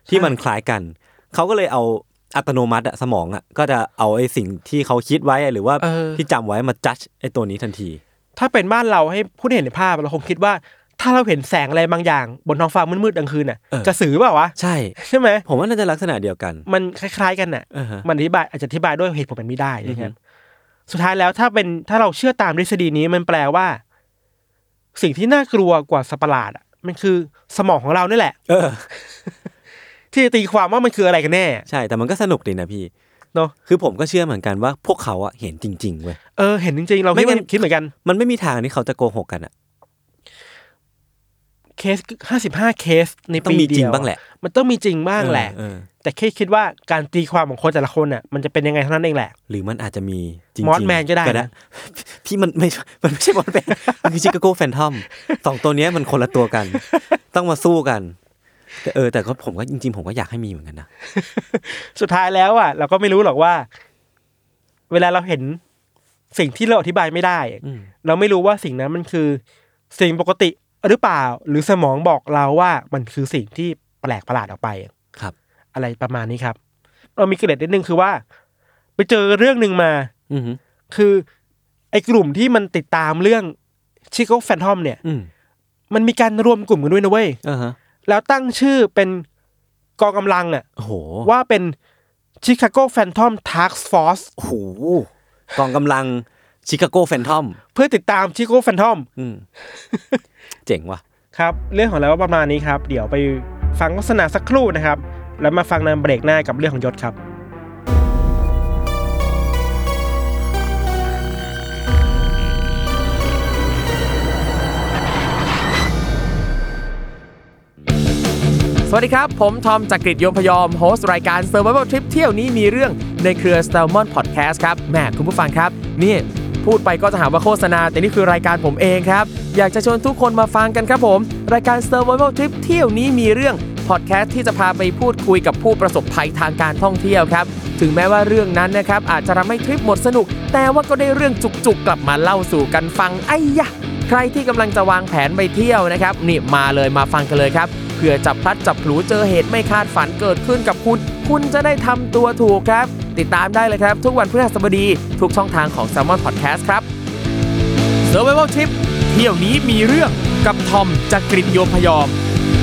ที่มันคล้ายกันเขาก็เลยเอาอัตโนมัติอะสมองอะก็จะเอาไอ้สิ่งที่เขาคิดไว้หรือว่าที่จำไว้มาจัดไอ้ตัวนี้ทันทีถ้าเป็นบ้านเราให้ผู้เห็นในภาพเราคงคิดว่าถ้าเราเห็นแสงอะไรบางอย่างบนท้องฟ้ามืดๆกลางคืนน่ะกระสือเปล่าวะใช่ใช่ไหมผมว่าน่าจะลักษณะเดียวกันมันคล้ายๆกันน่ะมันอธิบายอาจจะอธิบายด้วยเหตุผลมันไม่ได้นะครับสุดท้ายแล้วถ้าเป็นถ้าเราเชื่อตามทฤษฎีนี้มันแปลว่าสิ่งที่น่ากลัวกว่าสัตว์ประหลาดอ่ะมันคือสมองของเรานี่แหละเออที่ตีความว่ามันคืออะไรกันแน่ใช่แต่มันก็สนุกดีนะพี่เนาะคือผมก็เชื่อเหมือนกันว่าพวกเขาอะเห็นจริงๆเว้ยเออเห็นจริงๆเราไม่คิดเหมือนกันมันไม่มีทางที่เขาจะโกหกกันอะเคสห้าสิบห้าเคสในปีเดียวต้องมีจริงบ้างแหละมันต้องมีจริงบ้างแหละแต่แค่คิดว่าการตีความของคนแต่ละคนน่ะมันจะเป็นยังไงเท่านั้นเองแหละหรือมันอาจจะมีจริงๆมอสแมนก็ได้นะพี่มันไม่มันไม่ใช่มอสแมนมันคือชิคาโกแฟนทอมสองตัวนี้มันคนละตัวกันต้องมาสู้กันแต่เออแต่ก็ผมก็จริงๆผมก็อยากให้มีเหมือนกันนะสุดท้ายแล้วอ่ะเราก็ไม่รู้หรอกว่าเวลาเราเห็นสิ่งที่เราอธิบายไม่ได้เราไม่รู้ว่าสิ่งนั้นมันคือสิ่งปกติหรือเปล่าหรือสมองบอกเราว่ามันคือสิ่งที่แปลกประหลาดออกไปครับอะไรประมาณนี้ครับเรามีเกร็ดนิดนึงคือว่าไปเจอเรื่องนึงมาคือไอ้กลุ่มที่มันติดตามเรื่องชิคาโกแฟนทอมเนี่ยมันมีการรวมกลุ่มกันด้วยนะเว้ยแล้วตั้งชื่อเป็นกองกำลังอ่ะว่าเป็น Chicago Phantom Task Force โอ้โหกองกำลัง Chicago Phantom เพื่อติดตาม Chicago Phantom อืมเจ๋งว่ะครับเรื่องของเราประมาณนี้ครับเดี๋ยวไปฟังโฆษณาสักครู่นะครับแล้วมาฟังในเบรกหน้ากับเรื่องของยศครับสวัสดีครับผมทอมจากกฤษโยมพยอมโฮสต์รายการ Survival Trip เที่ยวนี้มีเรื่องในเครือ Salmon Podcast ครับแม่คุณผู้ฟังครับนี่พูดไปก็จะหาว่าโฆษณาแต่นี่คือรายการผมเองครับอยากจะชวนทุกคนมาฟังกันครับผมรายการ Survival Trip เที่ยวนี้มีเรื่องพอดแคสต์ที่จะพาไปพูดคุยกับผู้ประสบภัยทางการท่องเที่ยวครับถึงแม้ว่าเรื่องนั้นนะครับอาจจะทำให้ทริปหมดสนุกแต่ว่าก็ได้เรื่องจุกๆกลับมาเล่าสู่กันฟังไอ้ยะใครที่กำลังจะวางแผนไปเที่ยวนะครับนี่มาเลยมาฟังกันเลยครับเพื่อจับพลัดจับผลูเจอเหตุไม่คาดฝันเกิดขึ้นกับคุณคุณจะได้ทำตัวถูกครับติดตามได้เลยครับทุกวันพฤหัสบดีทุกช่องทางของ Salmon Podcast ครับ Survival Trip เที่ยวนี้มีเรื่องกับทอมจากกฤษโยมพยอม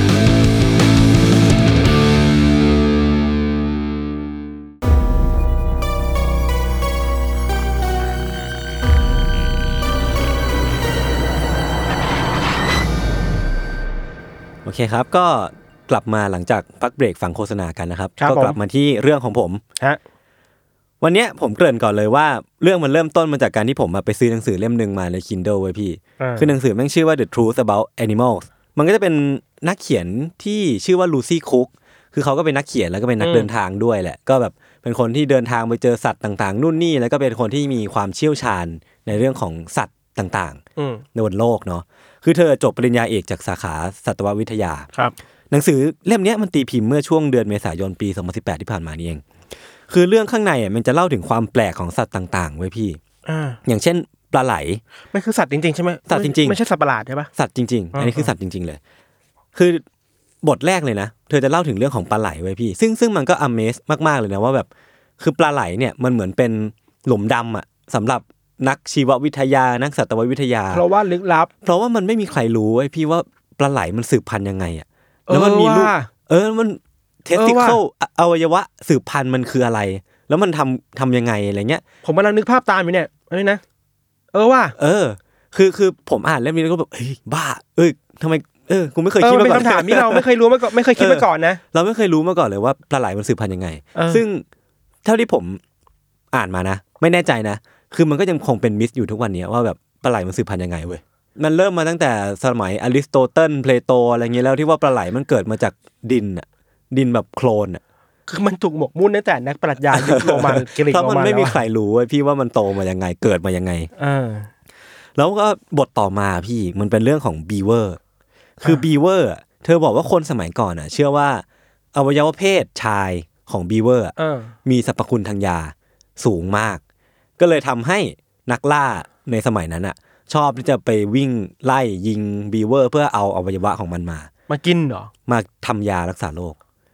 โอเคครับก็กลับมาหลังจากพักเบรกฟังโฆษณากันนะครับก็กลับมาที่เรื่องของผมวันนี้ผมเกริ่นก่อนเลยว่าเรื่องมันเริ่มต้นมาจากการที่ผมมาไปซื้อหนังสือเล่มนึงมาใน Kindle ไว้พี่คือหนังสือแม่งชื่อว่า The Truth About Animals มันก็จะเป็นนักเขียนที่ชื่อว่าลูซี่คุกคือเขาก็เป็นนักเขียนแล้วก็เป็นนักเดินทางด้วยแหละก็แบบเป็นคนที่เดินทางไปเจอสัตว์ต่างๆนู่นนี่แล้วก็เป็นคนที่มีความเชี่ยวชาญในเรื่องของสัตว์ต่างๆในบนโลกเนาะคือเธอจบปริญญาเอกจากสาขาสัตววิทยาครับหนังสือเล่มนี้มันตีพิมพ์เมื่อช่วงเดือนเมษายนปีสองพันสิบแปดที่ผ่านมานี่เองคือเรื่องข้างในอ่ะมันจะเล่าถึงความแปลกของสัตว์ต่างๆไว้พี่อ่าอย่างเช่นปลาไหลมันคือสัตว์จริงๆใช่ไหมสัตว์จริงๆไม่ใช่สัตว์ประหลาดใช่ปะสัตว์จริงๆอันนี้คือสัตว์จริงๆเลยคือบทแรกเลยนะเธอจะเล่าถึงเรื่องของปลาไหลไว้พี่ซึ่งซึ่งมันก็ amaze มากๆเลยนะว่าแบบคือปลาไหลเนี่ยมันเหมือนเป็นหลุมดำอ่ะสำหรับนักชีววิทยานักสัตววิทยาเพราะว่าลึกลับเพราะว่ามันไม่มีใครรู้ไอ้พี่ว่าปลาไหลมันสืบพันธุ์ยังไงอ่ะแล้วมันมีลูกเออมันเทสติเคิลอวัยวะสืบพันธุ์มันคืออะไรแล้วมันทำทำยังไงอะไรเงี้ยผมกำลังนึกภาพตามอยู่เนี่ยอะไรนะเออว่าเออคือคือผมอ่านเล่มนี้แล้วก็แบบเฮ้ยบ้าเอ้ยทำไมเออกูไม่เคยคิดมาก่อนเป็นคำถามที่เราไม่เคยรู้มาก่อนไม่เคยคิดมาก่อนนะเราไม่เคยรู้มาก่อนเลยว่าปลาไหลมันสืบพันธุ์ยังไงซึ่งเท่าที่ผมอ่านมานะไม่แน่ใจนะคือมันก็ยังคงเป็นมิสอยู่ทุกวันนี้ว่าแบบปลาไหลมันสืบพันธุ์ยังไงเว้ยมันเริ่มมาตั้งแต่สมัยอริสโตเติลเพลโตอะไรเงี้ยแล้วที่ว่าปลาไหลมันเกิดมาจากดินอ่ะดินแบบโคลนอ่ะคือมันถูกหมกมุ่นตั้งแต่นักปรัชญายุคโรมันกรีกเพราะมันไม่มีใครรู้เว้ยพี่ว่ามันโตมายังไงเกิดมายังไงอ่าแล้วก็บทต่อมาพี่มันเป็นเรื่องของบีเวอร์คือบีเวอร์เธอบอกว่าคนสมัยก่อนอ่ะเชื่อว่าอวัยวะเพศชายของบีเวอร์มีสรรพคุณทางยาสูงมากก็เลยทำให้นักล่าในสมัยนั้นอ่ะชอบที่จะไปวิ่งไล่ยิงบีเวอร์เพื่อเอาอวัยวะของมันมามากินเหรอมาทำยารักษาโรค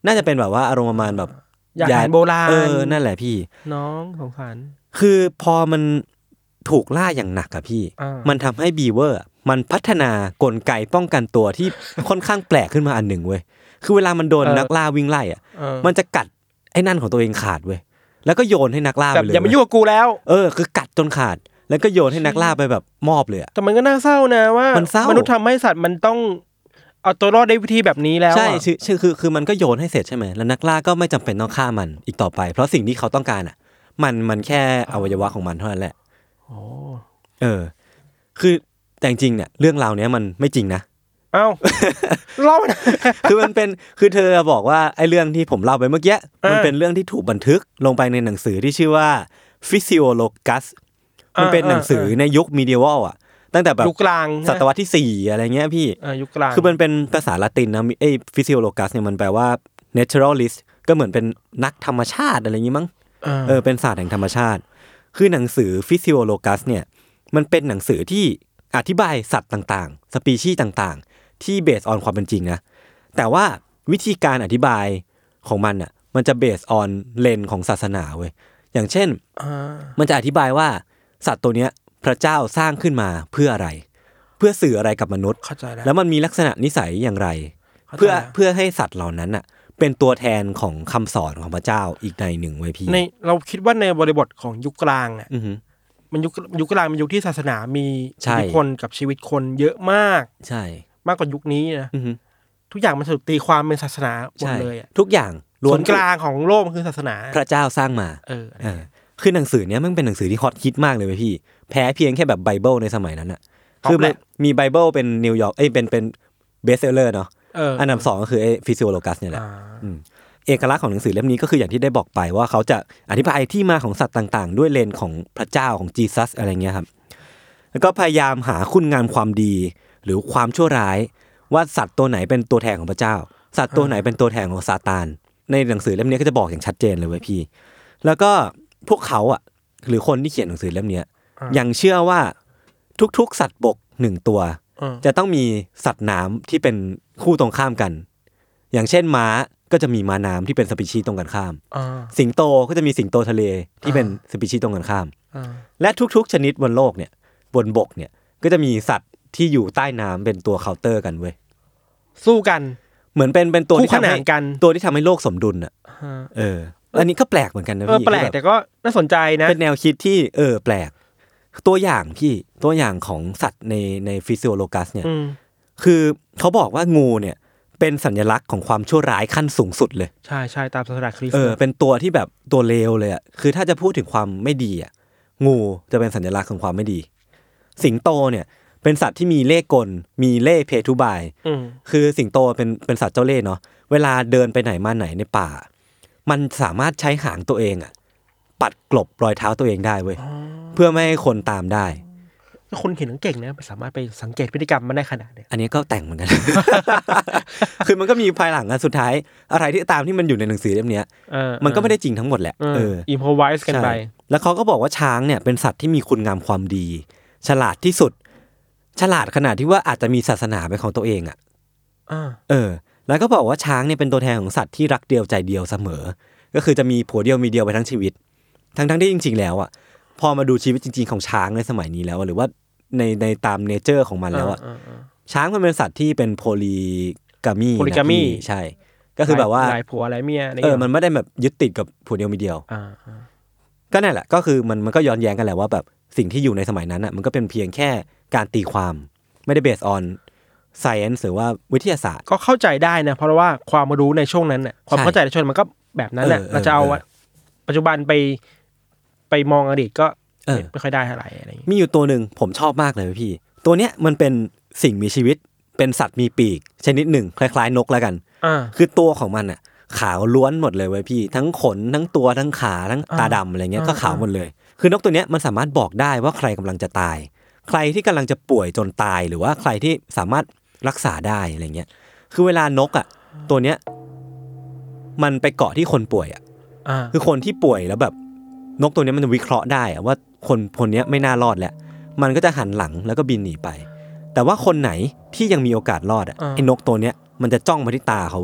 น่าจะเป็นแบบว่าอารมณ์ประมาณแบบยาอาหารโบราณเออนั่นแหละพี่น้องสงสารคือพอมันถูกล่าอย่างหนักอะพี่มันทำให้บีเวอร์มันพัฒนากลไกป้องกันตัวที่ค่อนข้างแปลกขึ้นมาอันหนึ่งเว้ยคือเวลามันโดนนักล่าวิ่งไล่อะมันจะกัดไอ้นั่นของตัวเองขาดเว้ยแล้วก็โยนให้นักล่าไปเลยอย่ามายุ่งกับกูแล้วเออคือกัดจนขาดแล้วก็โยนให้นักล่าไปแบบมอบเลยอะแต่มันก็น่าเศร้านะว่ามนุษย์ทำให้สัตว์มันต้องเอาตัวรอดได้วิธีแบบนี้แล้วใช่คือคือคือมันก็โยนให้เสร็จใช่ไหมแล้วนักล่าก็ไม่จำเป็นต้องฆ่ามันอีกต่อไปเพราะสิ่งที่เขาต้องการอ่ะมันมันแค่อวัยวะของมันเท่านั้นแหละโอ้เออคือแต่จริงเนี่ยเรื่องราวเนี้ยมันไม่จริงนะเอ้าเล่านะคือมันเป็นคือเธอบอกว่าไอ้เรื่องที่ผมเล่าไปเมื่อกี้มันเป็นเรื่องที่ถูกบันทึกลงไปในหนังสือที่ชื่อว่า Physiologus มันเป็นหนังสือในยุค medieval อ่ะตั้งแต่แบบยุคกลางศตวรรษที่สี่อะไรเงี้ยพี่เออยุคกลางคือมันเป็นภาษาละตินนะไอ้ Physiologus เนี่ยมันแปลว่า naturalist ก็เหมือนเป็นนักธรรมชาติอะไรอย่างงี้มั้งเออเป็นศาสตร์แห่งธรรมชาติคือหนังสือ Physiologus เนี่ยมันเป็นหนังสือที่อธิบายสัตว์ต่างๆสปีชีส์ต่างๆที่เบสออนความเป็นจริงนะแต่ว่าวิธีการอธิบายของมันอ่ะมันจะเบสออนเลนของศาสนาเว้ยอย่างเช่นมันจะอธิบายว่าสัตว์ตัวเนี้ยพระเจ้าสร้างขึ้นมาเพื่ออะไรเพื่อสื่ออะไรกับมนุษย์แล้วมันมีลักษณะนิสัยอย่างไรเพื่อเพื่อให้สัตว์เหล่านั้นน่ะเป็นตัวแทนของคำสอนของพระเจ้าอีกในหนึ่งไว้พี่ในเราคิดว่าในบริบทของยุคกลางอ่ะมันยุคยุคกลางเป็นยุคที่ศาสนามีอิทธิพลกับชีวิตคนเยอะมากใช่มากกว่ายุคนี้นะทุกอย่างมันถูกตีความเป็นศาสนาหมดเลยอ่ะทุกอย่างล้วนกลางของโลกคือศาสนาพระเจ้าสร้างมาเออเออคือหนังสือเนี้ยมันเป็นหนังสือที่ฮอตฮิตมากเลยพี่แพ้เพียงแค่แบบไบเบิลในสมัยนั้นอ่ะคือมีไบเบิลเป็นนิวยอร์กเอ้ยเป็นเป็นเบสเซลเลอร์เนาะอันดับสองก็คือไอ้ฟิสิโอโลกัสเนี่ยแหละเอกลักษณ์ของหนังสือเล่มนี้ก็คืออย่างที่ได้บอกไปว่าเขาจะอธิบายที่มาของสัตว์ต่างๆด้วยเลนของพระเจ้าของจีซัสอะไรเงี้ยครับแล้วก็พยายามหาคุณงามความดีหรือความชั่วร้ายว่าสัตว์ตัวไหนเป็นตัวแทนของพระเจ้าสัตว์ตัวไหนเป็นตัวแทนของซาตานในหนังสือเล่มนี้ก็จะบอกอย่างชัดเจนเลยเว้ยพี่แล้วก็พวกเขาอ่ะหรือคนที่เขียนหนังสือเล่มนี้ยังเชื่อว่าทุกๆสัตว์บกหนึ่งตัวจะต้องมีสัตว์น้ำที่เป็นคู่ตรงข้ามกันอย่างเช่นม้าก็จะมีม้าน้ำที่เป็นสปีชีส์ตรงกันข้ามสิงโตก็จะมีสิงโตทะเลที่เป็นสปีชีส์ตรงกันข้ามและทุกๆชนิดบนโลกเนี่ยบนบกเนี่ยก็จะมีสัตว์ที่อยู่ใต้น้ำเป็นตัวเคาน์เตอร์กันเว้ยสู้กันเหมือนเป็นเป็นตัวที่ทำให้ตัวที่ทำให้โลกสมดุลอ่ะเอออันนี้ก็แปลกเหมือนกันนะพี่แปลกแต่ก็น่าสนใจนะเป็นแนวคิดที่เออแปลกตัวอย่างพี่ตัวอย่างของสัตว์ในในฟิสิโอโลกัสเนี่ยคือเขาบอกว่างูเนี่ยเป็นสัญลักษณ์ของความชั่วร้ายขั้นสูงสุดเลยใช่ใช่ตามศาสนาคริสต์เออเป็นตัวที่แบบตัวเลวเลยอ่ะคือถ้าจะพูดถึงความไม่ดีอ่ะงูจะเป็นสัญลักษณ์ของความไม่ดีสิงโตเนี่ยเป็นสัตว์ที่มีเล่ห์กลมีเล่ห์เพทุบายคือสิงโตเป็นเป็นสัตว์เจ้าเล่ห์เนาะเวลาเดินไปไหนมาไหนในป่ามันสามารถใช้หางตัวเองอ่ะปัดกลบรอยเท้าตัวเองได้เว้ยเพื่อไม่ให้คนตามได้คนเห็นเก่งนะสามารถไปสังเกตพฤติกรรมมันได้ขนาดนี้อันนี้ก็แต่งเหมือนกัน คือมันก็มีภายหลังสุดท้ายอะไรที่ตามที่มันอยู่ในหนังสือเล่มนี้มันก็ไม่ได้จริงทั้งหมดแหละเอออิมพอไวส์กันไปแล้วเขาก็บอกว่าช้างเนี่ยเป็นสัตว์ที่มีคุณงามความดีฉลาดที่สุดฉลาดขนาดที่ว่าอาจจะมีศาสนาเป็นของตัวเองอ่ะเออแล้วก็บอกว่าช้างเนี่ยเป็นตัวแทนของสัตว์ที่รักเดียวใจเดียวเสมอก็คือจะมีผัวเดียวมีเดียวไปทั้งชีวิตทั้งๆที่จริงๆแล้วอ่ะพอมาดูชีวิตจริงๆของช้างในสมัยนี้แล้วหรือว่าในในตามเนเจอร์ของมันแล้วอ่ะช้างมันเป็นสัตว์ที่เป็นโพลีกามีโพลีกามีใช่ก็คือแบบว่าหลายผัวหลายเมียเออมันไม่ได้แบบยึดติดกับผัวเดียวมีเดียวก็นั่นแหละก็คือมันมันก็ย้อนแย้งกันแหละว่าแบบสิ่งที่อยู่ในสมัยนั้นอ่ะมันก็เป็นเพียงแค่การตีความไม่ได้เบสออนscience หรือว่าวิทยาศาสตร์ก็เข้าใจได้นะเพราะว่าความรู้ในช่วงนั้นน่ะความเข้าใจในช่วงมันก็แบบนั้นแหละเราจะเอาปัจจุบันไปไปมองอดีตก็ไม่ค่อยได้เท่าไหร่อะไรมีอยู่ตัวนึงผมชอบมากเลยพี่ตัวเนี้ยมันเป็นสิ่งมีชีวิตเป็นสัตว์มีปีกชนิดหนึ่งคล้ายๆนกแล้วกันคือตัวของมันอ่ะขาวล้วนหมดเลยเว้ยพี่ทั้งขนทั้งตัวทั้งขาทั้งตาดำอะไรเงี้ยก็ขาวหมดเลยคือนกตัวเนี้ยมันสามารถบอกได้ว่าใครกำลังจะตายใครที่กำลังจะป่วยจนตายหรือว่าใครที่สามารถรักษาได้อะไรเงี้ยคือเวลานกอ่ะตัวเนี้ยมันไปเกาะที่คนป่วยอ่ะคือคนที่ป่วยแล้วแบบนกตัวนี้มันจะวิเคราะห์ได้อ่ะว่าคนคนนี้ไม่น่ารอดแล้วมันก็จะหันหลังแล้วก็บินหนีไปแต่ว่าคนไหนที่ยังมีโอกาสรอดอ่ะไอ้นกตัวเนี้ยมันจะจ้องมาที่ตาเขาเว้ย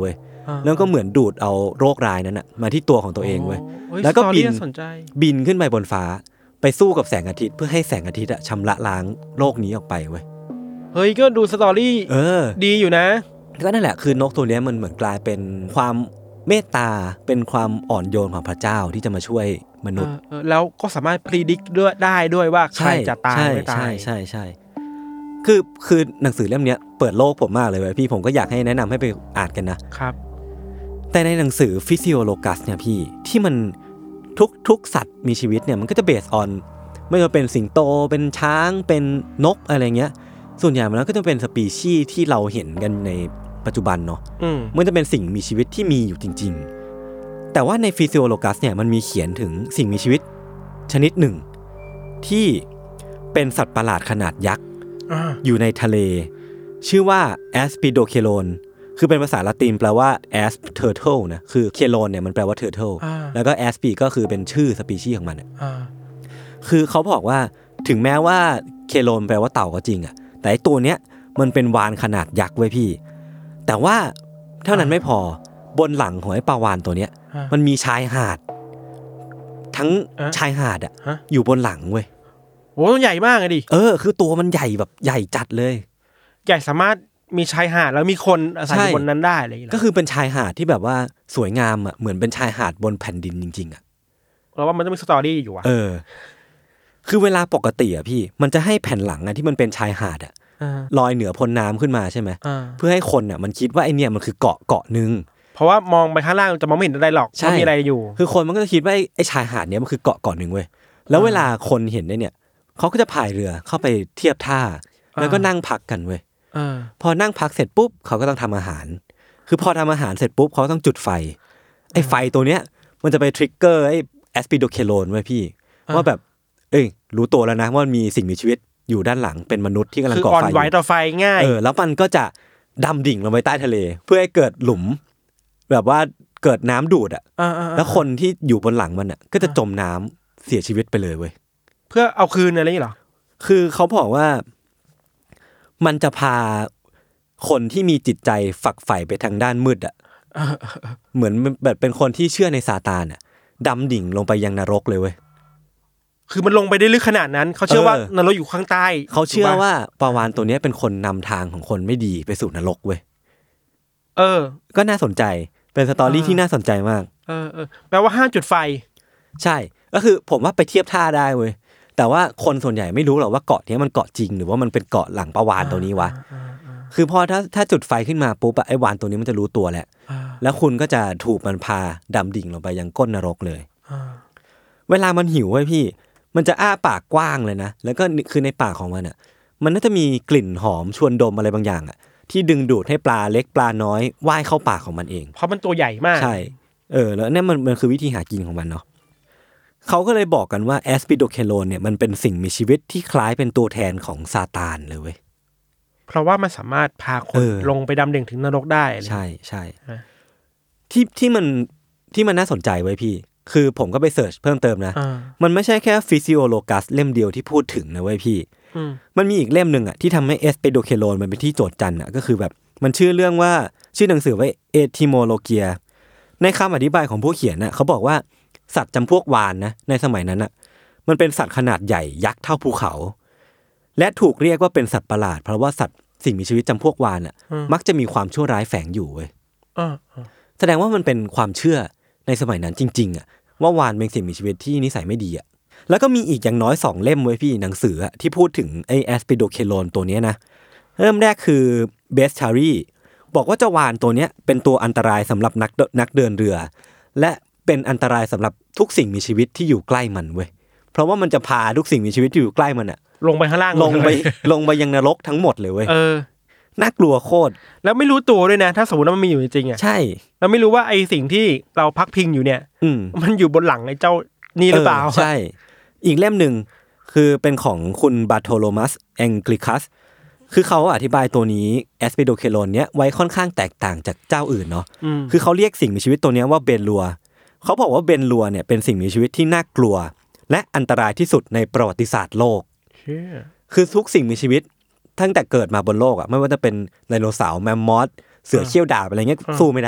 แล้วก็เหมือนดูดเอาโรคร้ายนั้นอะมาที่ตัวของตัวเองเว้ยโอ้ยแล้วก็บินสตอรี่าสนใจบินขึ้นไปบนฟ้าไปสู้กับแสงอาทิตย์เพื่อให้แสงอาทิตย์อะชำระล้างโลกนี้ออกไปเว้ยเฮ้ยก็ดูสตอรี่เออดีอยู่นะก็นั่นแหละคือนกตัวเนี้ยมันเหมือนกลายเป็นความเมตตาเป็นความอ่อนโยนของพระเจ้าที่จะมาช่วยมนุษย์เออแล้วก็สามารถพรีดิกด้วยได้ด้วยว่าใครจะตายไม่ตายใช่ใช่ใช่คือคือหนังสือเล่มนี้เปิดโลกผมมากเลยเว้ยพี่ผมก็อยากให้แนะนำให้ไปอ่านกันนะครับแต่ในหนังสือ Physiologus เนี่ยพี่ที่มันทุกทุกสัตว์มีชีวิตเนี่ยมันก็จะเบสออนไม่ว่าเป็นสิงโตเป็นช้างเป็นนกอะไรเงี้ยส่วนใหญ่มันก็จะเป็นสปีชีส์ที่เราเห็นกันในปัจจุบันเนาะมันจะเป็นสิ่งมีชีวิตที่มีอยู่จริงๆแต่ว่าใน Physiologus เนี่ยมันมีเขียนถึงสิ่งมีชีวิตชนิดหนึ่งที่เป็นสัตว์ประหลาดขนาดยักษ์อยู่ในทะเลชื่อว่า Aspidocelone คือเป็นภาษาละตินแปลว่า asp turtle นะคือ Celone เนี่ยมันแปลว่า turtle แล้วก็ aspi ก็คือเป็นชื่อสปีชีส์ของมันคือเขาบอกว่าถึงแม้ว่า Celone แปลว่าเต่าก็จริงอ่ะแต่ไอ้ตัวเนี้ยมันเป็นวาฬขนาดยักษ์ไว้พี่แต่ว่าเท่านั้นไม่พอบนหลังของไอ้ปลาวาฬตัวเนี้ยมันมีชายหาดทั้งชายหาดอ่ะอยู่บนหลังเว้ยโอ้ใหญ่มากเลยดิเออคือตัวมันใหญ่แบบใหญ่จัดเลยใหญ่สามารถมีชายหาดแล้วมีคนอาศัยบนนั้นได้อะไรอย่างเงี้ยก็คือเป็นชายหาดที่แบบว่าสวยงามอ่ะเหมือนเป็นชายหาดบนแผ่นดินจริงๆอ่ะเราว่ามันต้องมีสตอรี่อยู่อ่ะเออคือเวลาปกติอ่ะพี่มันจะให้แผ่นหลังอ่ะที่มันเป็นชายหาดอ่ะลอยเหนือพ้นน้ำขึ้นมาใช่ไหมเพื่อให้คนอ่ะมันคิดว่าไอเนี่ยมันคือเกาะเกาะนึงเพราะว่ามองไปข้างล่างจะมองไม่เห็นอะไรหรอกว่ามีอะไรอยู่คือคนมันก็จะคิดว่าไอชายหาดเนี้ยมันคือเกาะเกาะนึงเว้ยแล้วเวลาคนเห็นได้เนี่ยเขาก็จะพายเรือเข้าไปเทียบท่าแล้วก็นั่งพักกันเว้ยพอนั่งพักเสร็จปุ๊บเขาก็ต้องทำอาหารคือพอทำอาหารเสร็จปุ๊บเขาต้องจุดไฟไอ้ไฟตัวเนี้ยมันจะไปทริกเกอร์ไอ้แอสปิโดเคโลนไว้พี่ว่าแบบเอ้ยรู้ตัวแล้วนะว่ามีสิ่งมีชีวิตอยู่ด้านหลังเป็นมนุษย์ที่กำลังก่อไฟคืออ่อนไหวต่อไฟง่ายเออแล้วมันก็จะดำดิ่งลงไปใต้ทะเลเพื่อให้เกิดหลุมแบบว่าเกิดน้ำดูดอ่ะแล้วคนที่อยู่บนหลังมันอ่ะก็จะจมน้ำเสียชีวิตไปเลยเว้ยเพื่อเอาคืนอะไรอย่างนี้หรอคือเขาบอกว่ามันจะพาคนที่มีจิตใจฝักใฝ่ไปทางด้านมืดอ่ะเหมือนแบบเป็นคนที่เชื่อในซาตานอ่ะดำดิ่งลงไปยังนรกเลยเว้ยคือมันลงไปได้ลึกขนาดนั้นเขาเชื่อว่านรกอยู่ข้างใต้เขาเชื่อว่าปลาวาฬตัวนี้เป็นคนนำทางของคนไม่ดีไปสู่นรกเว้ยเออก็น่าสนใจเป็นสตอรี่ที่น่าสนใจมากเออเออแปลว่าห้ามจุดไฟใช่ก็คือผมว่าไปเทียบท่าได้เว้ยแต่ว่าคนส่วนใหญ่ไม่รู้หรอกว่าเกาะนี้มันเกาะจริงหรือว่ามันเป็นเกาะหลังปลาวาฬตัวนี้วะคือพอถ้าถ้าจุดไฟขึ้นมาปุ๊บไอ้วาฬตัวนี้มันจะรู้ตัวแหละแล้วคุณก็จะถูกมันพาดำดิ่งลงไปยังก้นนรกเลยเวลามันหิวเว้ยพี่มันจะอ้าปากกว้างเลยนะแล้วก็คือในปากของมันอ่ะมันน่าจะมีกลิ่นหอมชวนดมอะไรบางอย่างอ่ะที่ดึงดูดให้ปลาเล็กปลาน้อยว่ายเข้าปากของมันเองเพราะมันตัวใหญ่มากใช่เออแล้วนี่มันมันคือวิธีหากินของมันเนาะเขาก็เลยบอกกันว่าแอสปิโดเคโลนเนี่ยมันเป็นสิ่งมีชีวิตที่คล้ายเป็นตัวแทนของซาตานเลยเว้ยเพราะว่ามันสามารถพาคนลงไปดำดิ่งถึงนรกได้ใช่ใช่ที่ที่มันที่มันน่าสนใจไว้พี่คือผมก็ไปเสิร์ชเพิ่มเติมนะมันไม่ใช่แค่ Physiologus เล่มเดียวที่พูดถึงนะเว้ยพี่มันมีอีกเล่มนึงอ่ะที่ทำให้แอสปิโดเคโลนมันเป็นที่โจษจันอ่ะก็คือแบบมันชื่อเรื่องว่าชื่อหนังสือว่า Etymologia ในคำอธิบายของผู้เขียนน่ะเขาบอกว่าสัตว์จำพวกวาฬ นะในสมัยนั้นน่ะมันเป็นสัตว์ขนาดใหญ่ยักษ์เท่าภูเขาและถูกเรียกว่าเป็นสัตว์ประหลาดเพราะว่าสัตว์สิ่งมีชีวิตจำพวกวาฬน่ะมักจะมีความชั่วร้ายแฝงอยู่เว้ยแสดงว่ามันเป็นความเชื่อในสมัยนั้นจริงๆอ่ะว่าวาฬเป็นสิ่งมีชีวิตที่นิสัยไม่ดีอ่ะแล้วก็มีอีกอย่างน้อยสองเล่มเว้ยพี่หนังสืออ่ะที่พูดถึงไอ้แอสปิโดเคโลนตัวนี้นะเริ่มแรกคือเบสชารีบอกว่าเจ้าวาฬตัวเนี้ยเป็นตัวอันตรายสำหรับนักนักเดินเรือและเป็นอันตรายสำหรับทุกสิ่งมีชีวิตที่อยู่ใกล้มันเว้ยเพราะว่ามันจะพาทุกสิ่งมีชีวิตที่อยู่ใกล้มันอะลงไปข้างล่างลงไปลงไปยังนรกทั้งหมดเลยเว้ยเออน่ากลัวโคตรแล้วไม่รู้ตัวด้วยนะถ้าสมมติว่ามันมีอยู่จริงๆอะใช่เราไม่รู้ว่าไอ้สิ่งที่เราพักพิงอยู่เนี่ยมันอยู่บนหลังไอ้เจ้านี่หรือเปล่าใช่อีกเล่มนึงคือเป็นของคุณบาโทโลมัสแองกลิคัสคือเขาอธิบายตัวนี้แอสปิโดเคโลนเนี้ยไว้ค่อนข้างแตกต่างจากเจ้าอื่นเนาะคือเขาเรียกสิ่งมีชีวิตตัวนี้ว่าเบนลัวเขาบอกว่าเบนลัวเนี่ยเป็นสิ่งมีชีวิตที่น่ากลัวและอันตรายที่สุดในประวัติศาสตร์โลก yeah. คือทุกสิ่งมีชีวิตตั้งแต่เกิดมาบนโลกอ่ะไม่ว่าจะเป็นไดโนเสาร์แมมมอธเสือเขี้ยวดาบอะไรเงี้ยสู้ไม่ได้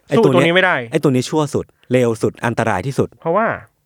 ไอ้ตัวนี้ไม่ได้ไอ้ตัวนี้ชั่วสุดเลวสุดอันตรายที่สุดเพราะว่า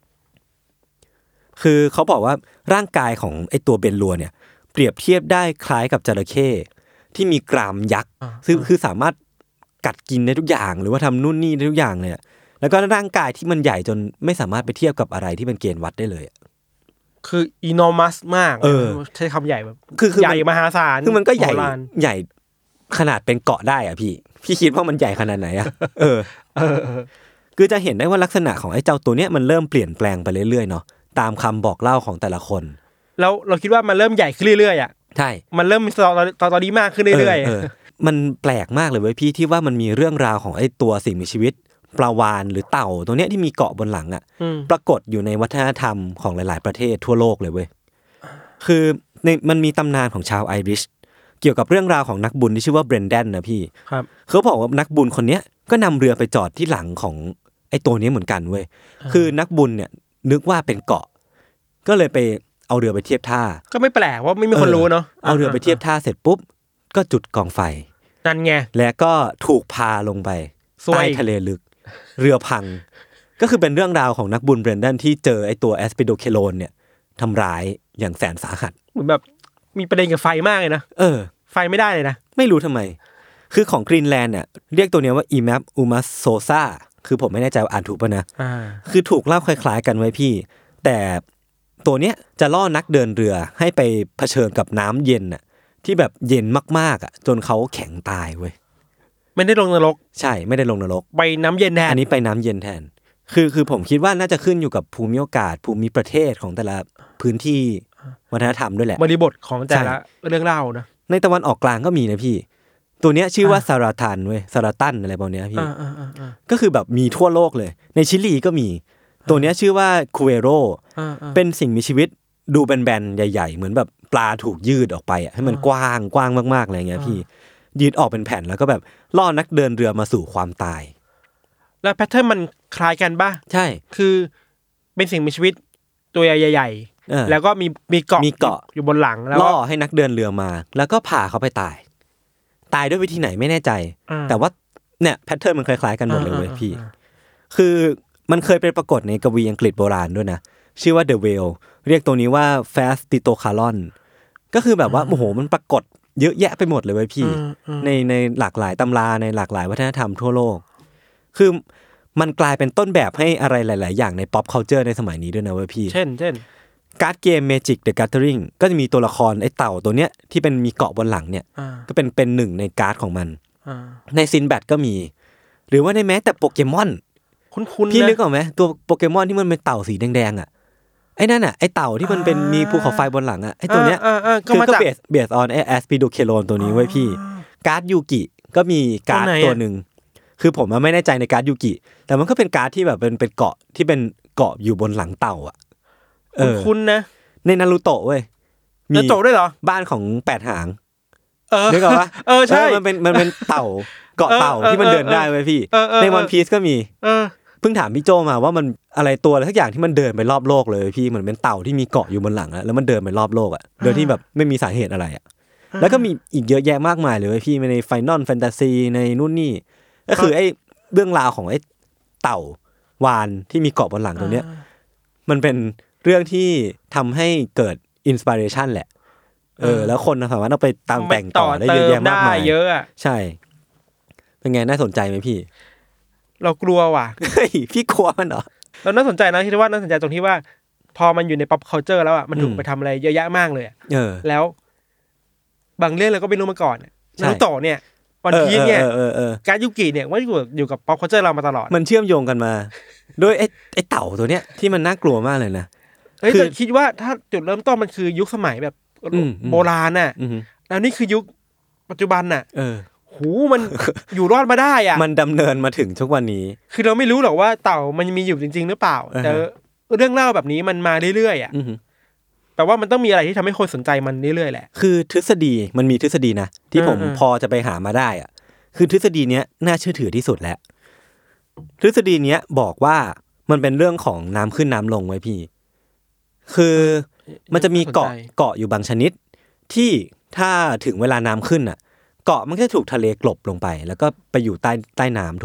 คือเขาบอกว่าร่างกายของไอ้ตัวเบนลัวเนี่ยเปรียบเทียบได้คล้ายกับจระเข้ที่มีกรามยักษ์ซึ่งคือสามารถกัดกินได้ทุกอย่างหรือว่าทำนู่นนี่ได้ทุกอย่างเลยแล้วก็ร่างกายที่มันใหญ่จนไม่สามารถไปเทียบกับอะไรที่เป็นเกณฑ์วัดได้เลยคือ enormous มากเออใช้คำใหญ่แบบคือใหญ่มหาศาลคือมันก็ใหญ่ใหญ่ขนาดเป็นเกาะได้อ่ะพี่พี่คิดว่ามันใหญ่ขนาดไหนอ่ะเออคือจะเห็นได้ว่าลักษณะของไอ้เจ้าตัวเนี้ยมันเริ่มเปลี่ยนแปลงไปเรื่อยๆเนาะตามคำบอกเล่าของแต่ละคนแล้วเราคิดว่ามันเริ่มใหญ่ขึ้นเรื่อยๆอ่ะใช่มันเริ่มมีตอนตอนตอนนี้มากขึ้นเรื่อยๆมันแปลกมากเลยเว้ยพี่ที่ว่ามันมีเรื่องราวของไอ้ตัวสิ่งมีชีวิตปลาวาฬหรือเต่าตัวเนี้ยที่มีเกาะบนหลังอ่ะปรากฏอยู่ในวัฒนธรรมของหลายๆประเทศทั่วโลกเลยเว้ยคือในมันมีตำนานของชาวไอริชเกี่ยวกับเรื่องราวของนักบุญที่ชื่อว่าเบรนแดนนะพี่ครับเขาบอกว่านักบุญคนเนี้ยก็นำเรือไปจอดที่หลังของไอ้ตัวนี้เหมือนกันเว้ยคือนักบุญเนี่ยนึกว่าเป็นเกาะก็เลยไปเอาเรือไปเทียบท่าก็ไม่แปลกว่าไม่มีคนรู้เนาะเอาเรือไปเทียบท่าเสร็จปุ๊บก็จุดกองไฟนั่นไงแล้วก็ถูกพาลงไปใต้ทะเลลึกเรือพังก็คือเป็นเรื่องราวของนักบุญเบรนแดนที่เจอไอ้ตัวแอสปิโดเคโลนเนี่ยทำร้ายอย่างแสนสาหัสเหมือนแบบมีประเด็นกับไฟมากเลยนะเออไฟไม่ได้เลยนะไม่รู้ทำไมคือของกรีนแลนด์เนี่ยเรียกตัวเนี้ยว่าอีแมปอูมัสโซซาคือผมไม่แน่ใจว่าอ่านถูกป่ะนะคือถูกเล่าคล้ายๆกันไว้พี่แต่ตัวเนี้ยจะล่อนักเดินเรือให้ไปเผชิญกับน้ำเย็นน่ะที่แบบเย็นมากๆอ่ะจนเขาแข็งตายเว้ยไม่ได้ลงนรกใช่ไม่ได้ลงนรกไปน้ำเย็นแทนอันนี้ไปน้ำเย็นแทนคือคือผมคิดว่าน่าจะขึ้นอยู่กับภูมิโอกาสภูมิประเทศของแต่ละพื้นที่วัฒนธรรมด้วยแหละบริบทของแต่ละเรื่องเล่านะในตะวันออกกลางก็มีนะพี่ตัวเนี้ยชื่อว่าซาราทันเว้ยซาราตันอะไรพวกเนี้ยพี่ก็คือแบบมีทั่วโลกเลยในชิลีก็มีตัวเนี้ยชื่อว่าคูเอโรเป็นสิ่งมีชีวิตดูแบนๆใหญ่ๆเหมือนแบบปลาถูกยืดออกไปอ่ะให้มันกว้างกว้างมากๆอะไรเงี้ยพี่ยืดออกเป็นแผ่นแล้วก็แบบล่อนักเดินเรือมาสู่ความตายแล้วแพทเทิร์นมันคล้ายกันป่ะใช่คือเป็นสิ่งมีชีวิตตัวใหญ่ๆแล้วก็มีมีเกาะมีเกาะอยู่บนหลังแล้วล่อให้นักเดินเรือมาแล้วก็พาเขาไปตายตายด้วยวิธีไหนไม่แน่ใจแต่ว่าเนี่ยแพทเทิร์นมันคล้ายๆกันหมดเลยเว้ยพี่คือมันเคยเป็นปรากฏในกวีอังกฤษโบราณด้วยนะชื่อว่า The Whale เรียกตัวนี้ว่า Fastitocalon ก็คือแบบว่าโอ้โหมันปรากฏเยอะแยะไปหมดเลยเว้ยพี่ในในหลากหลายตำราในหลากหลายวัฒนธรรมทั่วโลกคือมันกลายเป็นต้นแบบให้อะไรหลายๆอย่างใน pop culture ในสมัยนี้ด้วยนะเว้ยพี่เช่นเช่นการ์ดเกม Magic the Gathering ก็จะมีตัวละครไอ้เต่าตัวเนี้ยที่เป็นมีเกาะบนหลังเนี่ยก็เป็นเป็นหนึ่งในการ์ดของมันในซินแบดก็มีหรือว่าในแม้แต่โปเกมอนคุ้นๆพี่นึกออกไหมตัวโปเกมอนที่มันเป็นเต่าสีแดงๆอ่ะไอ้นั่นอ่ะไอ้เต่าที่มันเป็นมีภูเขาไฟบนหลังอ่ะไอ้ตัวเนี้ยคือก็เบสเบสออนไอ้แอสปิโดเคโลนตัวนี้ไว้พี่การ์ดยูกิก็มีการ์ดตัวนึงคือผมไม่แน่ใจในการ์ดยูกิแต่มันก็เป็นการ์ดที่แบบเป็นเป็นเกาะที่เป็นเกาะอยู่บนหลังเต่าอ่ะเออคุ้นนะในนารูโตะเว้ยมีนารูโตะด้วยเหรอบ้านของแปดหางเออนึกออกปะเออใช่มันเป็นมันเป็นเต่าเกาะเต่าที่มันเดินได้เว้ยพี่ในวันพีซก็มีเพิ่งถามพี่โจมาว่ามันอะไรตัวอะไรสักอย่างที่มันเดินไปรอบโลกเลยพี่เหมือนเป็นเต่าที่มีเกาะอยู่บนหลังแล้วมันเดินไปรอบโลกอ่ะโดยที่แบบไม่มีสาเหตุอะไรอ่ะแล้วก็มีอีกเยอะแยะมากมายเลยพี่ในไฟนอลแฟนตาซีในนู่นนี่ก็คือไอ้เรื่องราวของไอ้เต่าวาฬที่มีเกาะบนหลังตัวเนี้ยมันเป็นเรื่องที่ทำให้เกิดอินสปิเรชันแหละเออแล้วคนสามารถเอาไปตามแต่งต่อได้เยอะแยะมากมายเยอะอ่ะใช่เป็นไงน่าสนใจไหมพี่เรากลัวว่ะเฮ้ยพี่กลัวมันเหรอเราน่าสนใจนะที่ว่าน่าสนใจตรงที่ว่าพอมันอยู่ใน pop culture แล้วอ่ะมันถูกไปทำอะไรเยอะแยะมากเลยเออแล้วบางเรื่องเราก็ไม่รู้มาก่อนนารูโตะเนี่ยวันพีซเนี่ยการยุกิเนี่ยว่าอยู่อยู่กับ pop culture เรามาตลอดมันเชื่อมโยงกันมาโดยไอ้ไอ้เต่าตัวเนี้ยที่มันน่ากลัวมากเลยนะเฮ้ยแต่คิดว่าถ้าจุดเริ่มต้นมันคือยุคสมัยแบบโบราณน่ะแล้วนี่คือยุคปัจจุบันน่ะเออหูมันอยู่รอดมาได้อ่ะมันดำเนินมาถึงทุกวันนี้คือเราไม่รู้หรอกว่าเต่ามันมีอยู่จริงๆหรือเปล่าแต่เรื่องเล่าแบบนี้มันมาเรื่อยๆอ่ะแปลว่ามันต้องมีอะไรที่ทำให้คนสนใจมันเรื่อยๆแหละคือทฤษฎีมันมีทฤษฎีนะที่ผมพอจะไปหามาได้อ่ะคือทฤษฎีเนี้ยน่าเชื่อถือที่สุดแล้วทฤษฎีเนี้ยบอกว่ามันเป็นเรื่องของน้ำขึ้นน้ำลงไว้พี่คือมันจะมีเกาะเกาะอยู่บางชนิดที่ถ้าถึงเวลาน้ำขึ้นอ่ะเกาะมันก็จะถูกทะเลกลบลงไปแล้วก็ไปอยู่ใต้ใต้น้ำถูกปะ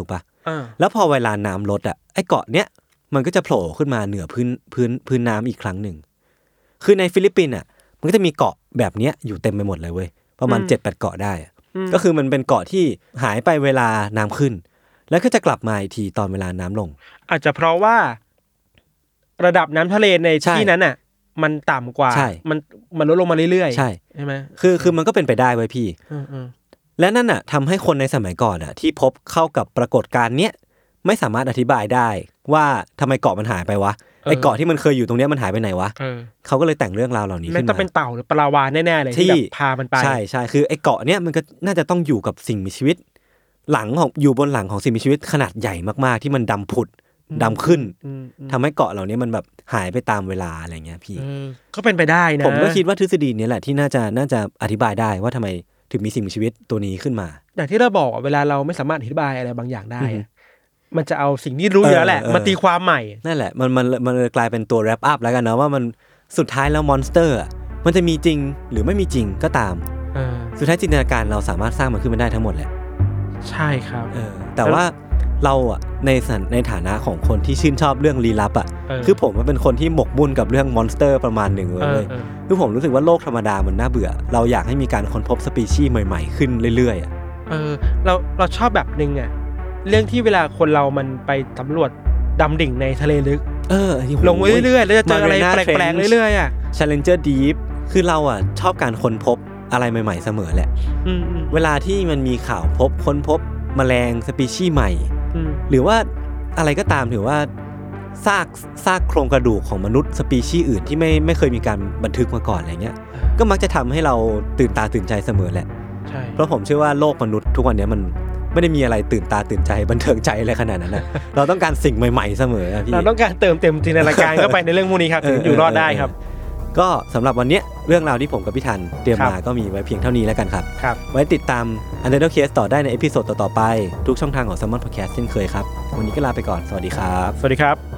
แล้วพอเวลาน้ำลดอ่ะไอ้เกาะเนี้ยมันก็จะโผล่ขึ้นมาเหนือพื้นพื้นพื้นน้ำอีกครั้งหนึ่งคือในฟิลิปปินส์อ่ะมันก็จะมีเกาะแบบเนี้ยอยู่เต็มไปหมดเลยเว้ยประมาณ เจ็ดแปด เกาะได้ก็คือมันเป็นเกาะที่หายไปเวลาน้ำขึ้นแล้วก็จะกลับมาอีกทีตอนเวลาน้ำลงอาจจะเพราะว่าระดับน้ำทะเลในที่นั้นอ่ะมันต่ำกว่ามันมันลดลงมาเรื่อยๆใช่ใช่ไหมคือคือมันก็เป็นไปได้เว้ยพี่และนั่นอ่ะทำให้คนในสมัยก่อนอ่ะที่พบเข้ากับปรากฏการณ์เนี้ยไม่สามารถอธิบายได้ว่าทำไมเกาะมันหายไปวะไอ้เกาะที่มันเคยอยู่ตรงเนี้ยมันหายไปไหนวะเขาก็เลยแต่งเรื่องราวเหล่านี้ขึ้นมามันต้องเป็นเต่าหรือปลาวาฬแน่ๆเลยที่แบบพามันไปใช่ใช่คือไอ้เกาะเนี้ยมันก็น่าจะต้องอยู่กับสิ่งมีชีวิตหลังของอยู่บนหลังของสิ่งมีชีวิตขนาดใหญ่มากๆที่มันดำผุดดำขึ้นทำให้เกาะเหล่านี้มันแบบหายไปตามเวลาอะไรเงี้ยพี่ก็เป็นไปได้นะผมก็คิดว่าทฤษฎีนี้แหละที่น่าจะน่าจะอธิบายได้ว่าทำไมถึงมีสิ่งมีชีวิตตัวนี้ขึ้นมาอย่างที่เราบอกเวลาเราไม่สามารถอธิบายอะไรบางอย่างได้มันจะเอาสิ่งที่รู้อยู่แล้วแหละมาตีความใหม่นั่นแหละมันมันมันเลยกลายเป็นตัวแรปอัพแล้วกันเนาะว่ามันสุดท้ายแล้วมอนสเตอร์มันจะมีจริงหรือไม่มีจริงก็ตามสุดท้ายจินตนาการเราสามารถสร้างมันขึ้นมาได้ทั้งหมดแหละใช่ครับแต่ว่าเราอ่ะในในฐานะของคนที่ชื่นชอบเรื่องลี้ลับอ่ะคือผมมันเป็นคนที่หมกมุ่นกับเรื่องมอนสเตอร์ประมาณหนึ่งเลยคือผมรู้สึกว่าโลกธรรมดามันน่าเบื่อเราอยากให้มีการค้นพบสปีชีส์ใหม่ๆขึ้นเรื่อยๆอ่ะเออเราเราชอบแบบนึงอ่ะเรื่องที่เวลาคนเรามันไปสำรวจดำดิ่งในทะเลลึกเออลงเรื่อยๆแล้วจะเจออะไรแปลกๆเรื่อยๆอ่ะ Challenger Deep คือเราอ่ะชอบการค้นพบอะไรใหม่ๆเสมอแหละเวลาที่มันมีข่าวพบค้นพบแมลงสปีชีส์ใหม่หรือว่าอะไรก็ตามถือว่าซากซากโครงกระดูกของมนุษย์สปีชีส์อื่นที่ไม่ไม่เคยมีการบันทึกมาก่อนอะไรเงี้ยก็มักจะทำให้เราตื่นตาตื่นใจเสมอแหละใช่เพราะผมเชื่อว่าโลกมนุษย์ทุกวันนี้มันไม่ได้มีอะไรตื่นตาตื่นใจบันเทิงใจอะไรขนาดนั้นนะ เราต้องการสิ่งใหม่ๆเสมอพี่เราต้องการเติมเต็มจินตนาการเข้าไปในเรื่องพวกนี้ครับถึงอยู่รอดได้ครับก็สำหรับวันนี้เรื่องราวที่ผมกับพี่ทันเตรียมมาก็มีไว้เพียงเท่านี้แล้วกันครับไว้ติดตาม Untitled Case ต่อได้ในเอพิโซดต่อๆไปทุกช่องทางของ Salmon Podcast เช่นเคยครับวันนี้ก็ลาไปก่อนสวัสดีครับสวัสดีครับ